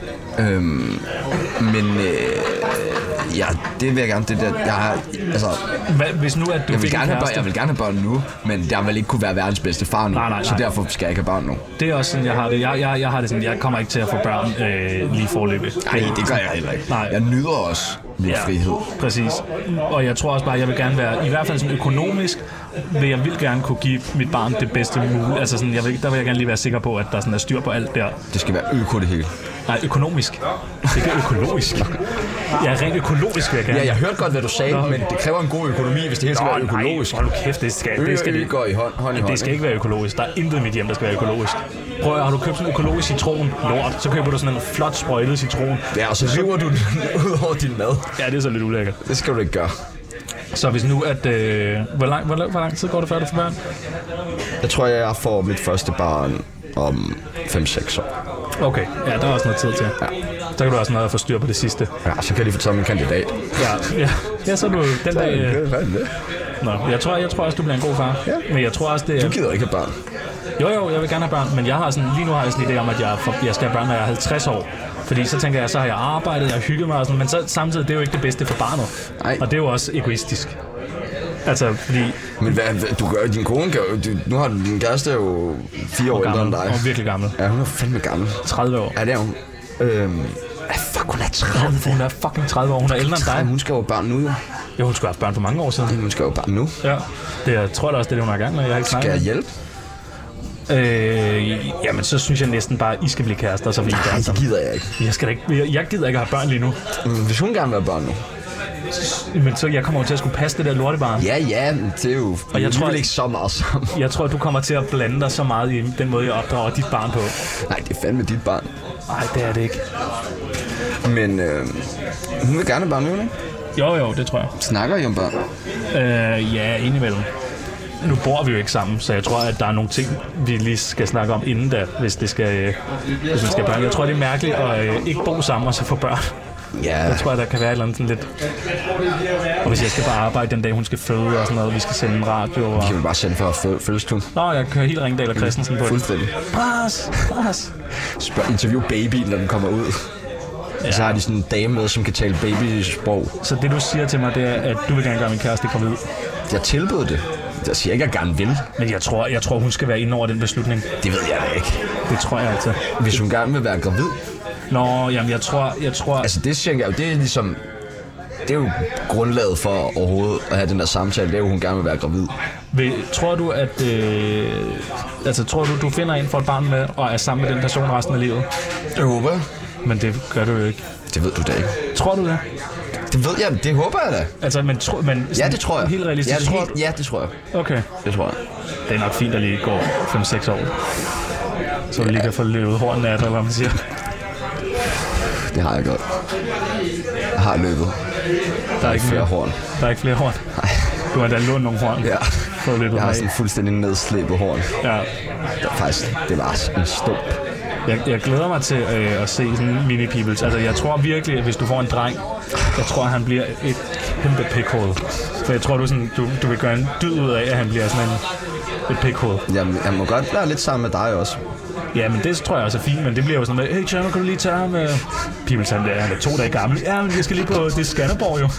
Men... Ja, det vil jeg gerne. Det der, jeg har, altså... Hvis nu, at du jeg vil gerne have børn nu, men jeg vil ikke kunne være verdens bedste far nu. Nej. Så derfor skal jeg ikke have børn nu. Det er også sådan, jeg har det. Jeg har det sådan, jeg kommer ikke til at få børn lige forløbet. Nej, det gør jeg heller ikke. Nej. Jeg nyder også min frihed. Præcis. Og jeg tror også bare, jeg vil gerne være, i hvert fald sådan økonomisk, vil jeg gerne kunne give mit barn det bedste muligt. Altså sådan, der vil jeg gerne lige være sikker på, at der sådan er styr på alt der. Det skal være det hele. Nej, økonomisk. Det er ikke økologisk. Ja, rent økologisk vil jeg gerne. Ja, jeg hørte godt, hvad du sagde, men det kræver en god økonomi, hvis det hele skal være økologisk. Hold nu kæft, det skal går i hånd i hånd. Det skal ikke være økologisk. Der er intet i mit hjem, der skal være økologisk. Prøv at har du købt sådan en økologisk citron? Lort. Så køber du sådan en flot sprøjtet citron. Ja, og så river du den ud over din mad. Ja, det er så lidt ulækkert. Det skal du ikke gøre. Så hvis nu, at... Hvor lang tid går det, før du får børn? Jeg tror, jeg får mit første barn om 5-6 år. Okay, ja, der er også noget tid til. Ja. Så kan du også noget at få styr på det sidste. Ja, så kan jeg lige få taget min kandidat. Ja, så er du den dag... Nå, jeg tror også, du bliver en god far. Ja. Men jeg tror også, det er... Du gider ikke have børn. Jo, jeg vil gerne have børn, men lige nu har jeg sådan en idé om, at jeg skal have børn, når jeg er 50 år. Fordi så tænker jeg, så har jeg arbejdet, jeg har hygget mig og sådan, men så samtidig, det er jo ikke det bedste for barnet. Nej. Og det er jo også egoistisk. Altså, fordi Men hvad, du gør din kone, nu har din kæreste jo 4 år ældre end dig. Hun er virkelig gammel. Ja, hun er fandme gammel. 30 år. Ja, det er hun. Fuck, hun er 30. Hun er fucking 30 år. Hun er ældre end dig. Hun skal jo børn nu, jo. Ja, hun skulle have haft børn for mange år siden. Hun skal jo børn nu. Ja, jeg tror da også, det er det, hun har gang med. Jeg har ikke snakket. Skal jeg hjælpe? Jamen, så synes jeg næsten bare, at I skal blive kærester, så vi er Nej, det gider jeg ikke. Jeg gider ikke at have børn lige nu. Hvis hun gerne vil have børn nu. Men så jeg kommer jo til at skulle passe det der lortebarn. Ja, det er jo... Og jeg tror ikke så meget sammen. Jeg tror, du kommer til at blande dig så meget i den måde, jeg opdrager dit barn på. Nej, det er fandme dit barn. Nej, det er det ikke. Men hun vil gerne have børn nu, ikke? Jo, det tror jeg. Snakker I om børn? Ja, indimellem. Nu bor vi jo ikke sammen, så jeg tror, at der er nogle ting, vi lige skal snakke om inden da, hvis man skal børn. Jeg tror, det er mærkeligt at ikke bo sammen og så få børn. Ja. Jeg tror, der kan være et eller andet sådan lidt... Og hvis jeg skal bare arbejde den dag, hun skal føde og sådan noget, vi skal sende en radio og... Vi kan jo bare sende for fødselstun. Nå, jeg kører helt Ringdal og Christensen på det. Fuldstændig. Pras. Interview babyen, når den kommer ud. Ja. Og så har de sådan en dame med, som kan tale babysprog. Så det, du siger til mig, det er, at du vil gerne gøre min kæreste gravid? Jeg tilbød det. Jeg siger ikke, at jeg gerne vil. Men jeg tror, hun skal være inde over den beslutning. Det ved jeg da ikke. Det tror jeg altså. Hvis hun gerne vil være gravid? Nå, jamen jeg tror... Altså det siger jeg jo, det er ligesom... Det er jo grundlaget for overhovedet at have den der samtale, det er jo, hun gerne vil være gravid. Tror du, at... tror du finder en for et barn med, og er sammen med den person resten af livet? Det håber jeg. Men det gør du jo ikke. Det ved du da ikke. Tror du det? Det ved jeg, det håber jeg da. Altså, men ja, det tror jeg. Helt realistisk. Ja, det tror jeg. Okay. Det tror jeg. Det er nok fint, at lige går 5-6 år. Så du lige kan få løbet hornene af dig, hvad man siger. Det har jeg godt. Jeg har løbet. Der er ikke flere horn. Der er ikke flere horn? Nej. Du har da lånt nogle horn? Ja. Jeg har sådan en fuldstændig nedslæbet horn. Ja. Det var en stump. Jeg glæder mig til at se sådan mini-peoples. Altså, jeg tror virkelig, at hvis du får en dreng, jeg tror, han bliver et kæmpe pikhoved. For jeg tror, du vil gøre en dyd ud af, at han bliver sådan et pikhoved. Jamen, jeg må godt være lidt sammen med dig også. Ja, men det tror jeg også er fint, men det bliver jo sådan noget, hey Tjerno, kan du lige tage ham? Peoples, han er 2 dage gammel. Ja, men jeg skal lige på det Skanderborg jo.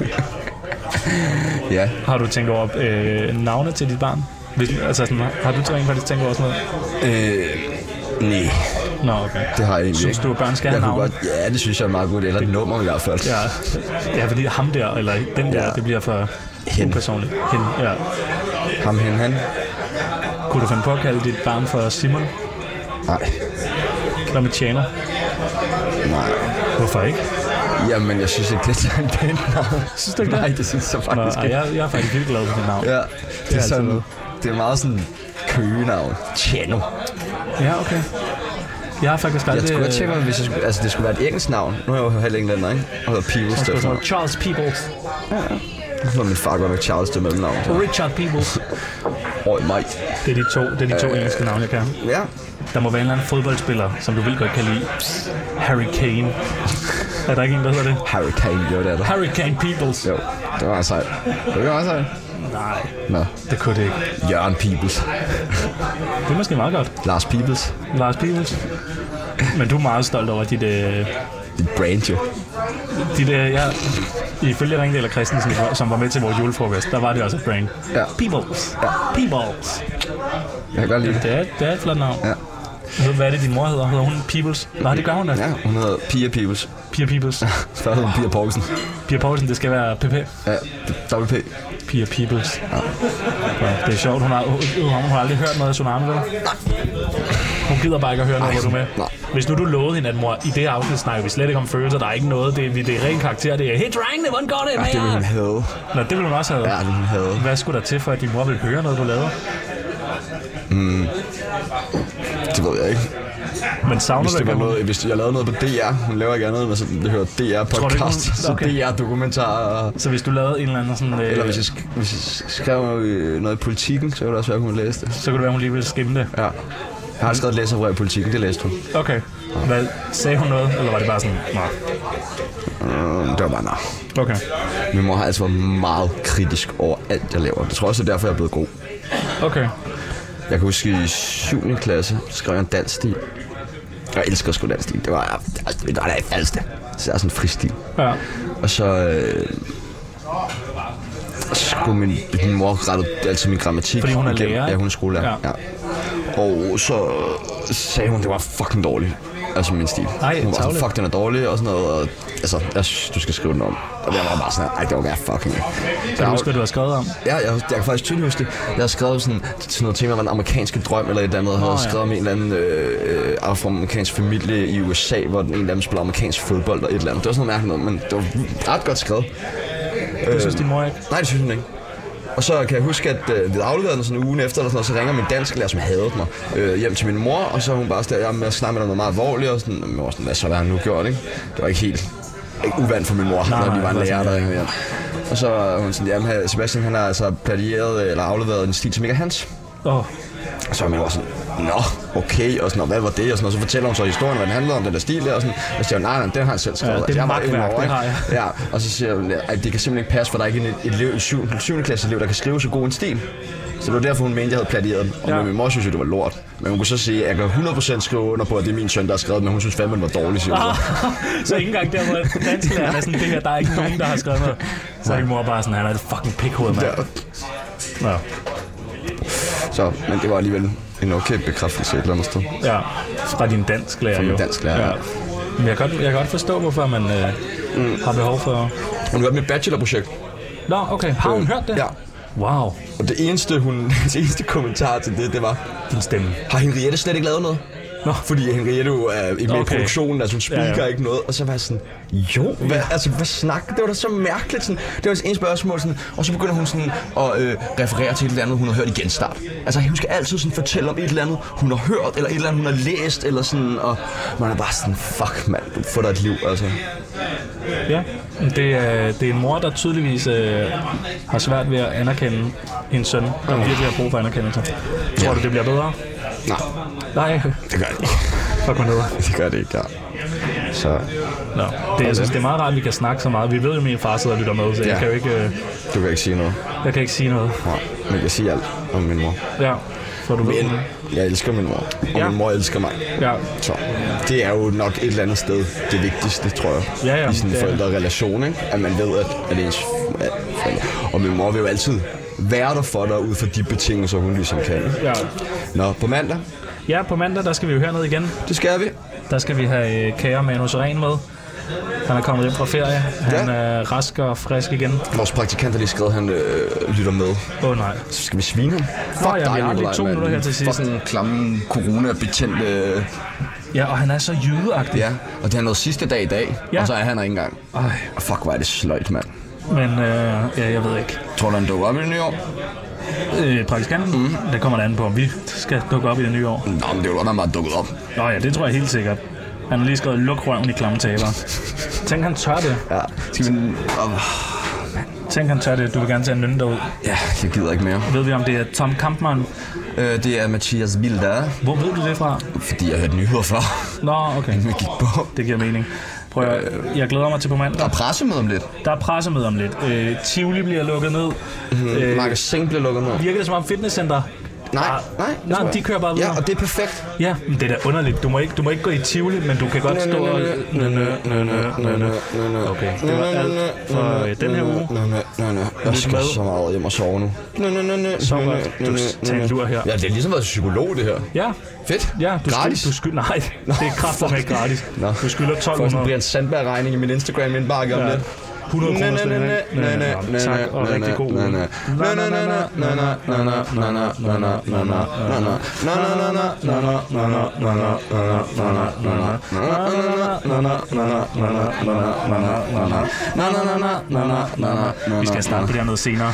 Ja. Har du tænkt over navne til dit barn? Har du tænkt over sådan noget? Nej. Nå, okay. Det har jeg egentlig Synes du, at børn skal have navn? Ja, det synes jeg er meget godt. Eller et nummer i hvert fald. Ja, fordi ham der, eller den der, det bliver for upersonligt. Hen, ja. Ham, han. Kunne du finde på at kalde dit barn for Simon? Nej. Hvad med Tjener? Nej. Hvorfor ikke? Jamen, jeg synes ikke, det er en pænt navn. Synes du ikke det? Nej, det synes jeg faktisk ikke. Jeg er faktisk virkelig glad for det navn. Ja, det er sådan... Det er meget sådan køgenavn. Tjerno. Ja, okay. Jeg har faktisk aldrig... Jeg skulle godt tænke mig, hvis det skulle være et engelsk navn. Nu er jeg jo heller englænder, ikke? Og hedder Peoples. Det skulle Charles Peoples. Ja. Nu er min far godt nok Charles til mellemnavn. Richard Peoples. Mike. Det er de to engelske navne, jeg kan. Ja. Der må være en eller anden fodboldspiller, som du vil godt kan lide. Harry Kane. Er der ikke en, der hedder det? Harry Kane, jo, det er der. Harry Kane Peoples. Jo, det var sejt. Nej, nå. Det kunne det ikke. Jørgen Peoples. Det er måske meget godt. Lars Peoples. Men du er meget stolt over dit brand, jo. Ifølge Ringdal og Christensen, som var med til vores julefrokost, der var det også et brand. Ja. Peoples. Ja. Peoples. Jeg kan godt lide det. Det er et flot navn. Ja. Hvad er det, din mor hedder? Hedder hun Peoples? Nej, det gør hun da. Ja, hun hedder Pia Peoples. Pia Peoples. Så hedder hun Pia Poulsen. Pia Poulsen, det skal være PP. Ja, WP. Pia Peoples. Ja. Det er sjovt, hun har aldrig hørt noget af Tsunami, vel? Hun gider bare ikke at høre noget, hvor du er med. Nej. Hvis du lovede hende, at mor, i det afsnit snakker vi slet ikke om følelser, der er ikke noget, det er ren karakter, det er, hey drengene, hvordan går det med jer? Det ville hun have. Nå, det ville hun også have. Ja, det ville hun have. Hvad skulle der til, for at din mor ville høre noget, du lavede? Det ved jeg ikke. Men savner du ikke? Hvis jeg lavede noget på DR, hun laver ikke andet, men så det hører DR-podcast, så DR-dokumentar. Så hvis du lavede en eller anden sådan... Eller hvis jeg skrev noget i Politikken, så kunne det også være, hun læste det. Så kunne det være, hun lige ville skimme det? Ja. Jeg har skrevet et læserbrev i Politikken, det læste hun. Okay. Hvad, sagde hun noget, eller var det bare sådan, nej? Det var bare nej. Okay. Min mor har altså været meget kritisk over alt, jeg laver. Det tror jeg også, det er derfor, jeg er blevet god. Okay. Jeg kan huske, i 7. klasse skrev jeg en dansstil. Jeg elsker sgu dansstil. Det var det falske. Så det er sådan en fristil. Ja. Og så skulle min mor rette altid min grammatik. Fordi hun er lærer. Ja, hun er skolelærer. Ja. Og så sagde hun, det var fucking dårligt. Altså min stil. Ej, hun var sådan, fuck, den er dårlig og sådan noget. Og, altså, du skal skrive den om. Og jeg var bare sådan, ej, det var fucking ikke. Kan du huske, hvad du har skrevet om? Ja, jeg kan faktisk tydeligt huske det. Jeg har skrevet sådan noget tema om en amerikansk drøm eller et eller andet. Jeg havde skrevet om en eller anden afroamerikansk familie i USA, hvor en af dem spiller amerikansk fodbold og et eller andet. Det var sådan noget mærkeligt noget, men det var ret godt skrevet. Du synes din mor ikke? Nej, det synes hun ikke. Og så kan jeg huske, at vi afleverede den sådan en uge efter, eller sådan noget, så ringer min dansklærer, som hadede mig, hjem til min mor, og så hun bare sådan, jeg snakker med noget meget alvorligt, og sådan, men var sådan, hvad så har han nu gjort, ikke? Det var ikke uvandt for min mor, når de var en lærer, der ringede hjem. Og så var hun sådan, jamen Sebastian, han har altså plagieret eller afleveret en stil, som ikke er hans. Og så var min mor sådan, nå, okay, og sådan, hvad var det, og sådan, og så fortæller hun så historien, hvad den handlede om, den der stil der, og sådan, og så siger hun, nej, den har han selv skrevet. Ja, det er magtværk, det har jeg. Ja, og så siger hun, at det kan simpelthen ikke passe, for der er ikke en elev, 7. klasse elev, der kan skrive så god en stil. Så det var derfor, hun mente, jeg havde plagieret den, og min mor synes jo, det var lort. Men hun kunne så sige, at jeg kan 100% skrive under på, at det er min søn, der har skrevet, men hun synes fandme, den var dårlig, siger hun. Så ikke engang der, hvor dansklæreren er sådan, det her, der er ikke nogen, der har skrevet noget. Så er min mor bare sådan, han er et fucking pikhoved, mand. Ja. Så, men det var alligevel en okay bekræftelse et eller andet sted. Ja, fra din dansklærer jo. Fra min dansklærer, ja. Men jeg kan godt forstå, hvorfor man har behov for... Hun har mit bachelorprojekt. Nå, okay. Har hun hørt det? Ja. Wow. Og det eneste kommentar til det var... Din stemme. Har Henriette slet ikke lavet noget? Nå. Fordi Henriette er ikke med i produktionen, altså hun speaker ikke noget. Og så var jeg sådan, hvad snakker? Det var da så mærkeligt. Sådan. Det var en spørgsmål, sådan, og så begynder hun sådan at referere til et eller andet, hun har hørt i genstart. Altså hun skal altid sådan fortælle om et eller andet, hun har hørt, eller et eller andet, hun har læst, eller sådan, og man er bare sådan, fuck mand, du får dig et liv, altså. Ja, det er en mor, der tydeligvis har svært ved at anerkende en søn, der virkelig har brug for anerkendelse. Tror du, det bliver bedre? Nej. Det gør det ikke. Fuck mig ned. Det gør det ikke, ja. Så... Nå, jeg synes, det er meget rart, at vi kan snakke så meget. Vi ved jo, at min far sidder og lytter med, så jeg kan jo ikke... Du kan ikke sige noget. Jeg kan ikke sige noget. Nej, men jeg kan sige alt om min mor. Ja, for du ved det. Jeg elsker min mor, og min mor elsker mig. Ja. Så det er jo nok et eller andet sted det vigtigste, tror jeg, i sådan en forældrerelation, ikke? At man ved, at ens forældre... Og min mor vil jo altid være der for dig ud fra de betingelser, hun ligesom kan. Ja. Nå, på mandag? Ja, på mandag, der skal vi jo herned igen. Det skal vi. Der skal vi have kære Manu Seren med. Han er kommet hjem fra ferie. Han er rask og frisk igen. Vores praktikant har lige skrevet, han lytter med. Nej. Så skal vi svine ham. Fuck dig, vi har lige 2 minutter her til sidst. Fucking klamme corona-betjente... Ja, og han er så jydeagtig. Ja, og det er noget sidste dag i dag, og så er han der ikke engang. Og fuck, hvor er det sløjt, mand. Men jeg ved ikke. Tror du, han dukker op i det nye år? Praktikanten? Det kommer der an på, om vi skal dukke op i det nye år. Nå, men det er jo godt, han bare dukket op. Nå ja, det tror jeg helt sikkert. Han har lige skrevet, luk røven i klamme taber. Tænk, han tør det. Ja, skal vi... Tænk, han tør det. Du vil gerne tage en nynne derud. Ja, jeg gider ikke mere. Ved vi, om det er Tom Kampmann? Det er Mathias Bilder. Hvor ved du det fra? Fordi jeg hørte nyheder før. Nå, okay. Jeg gik på. Det giver mening. Prøv at, jeg glæder mig til på mandag. Der er pressemøde om lidt. Tivoli bliver lukket ned. Magasin bliver lukket ned. Virker det som om fitnesscenter? Nej, de kører bare videre. Ja, og det er perfekt. Ja, men det er da underligt. Du må ikke gå i Tivoli, men du kan godt stå og... Okay, det var alt for den her uge. Jeg skal så meget hjem og sove nu. Så godt. Du tager en lur her. Ja, det er ligesom at være psykolog, det her. Ja. Fedt. Ja, gratis. Nej, det er kraftedeme ikke gratis. Du skylder 1200. Det bliver en Sandberg-regning i min Instagram-indbakke om lidt. 100 tak, og rigtig god uge. Vi skal starte på det andet senere.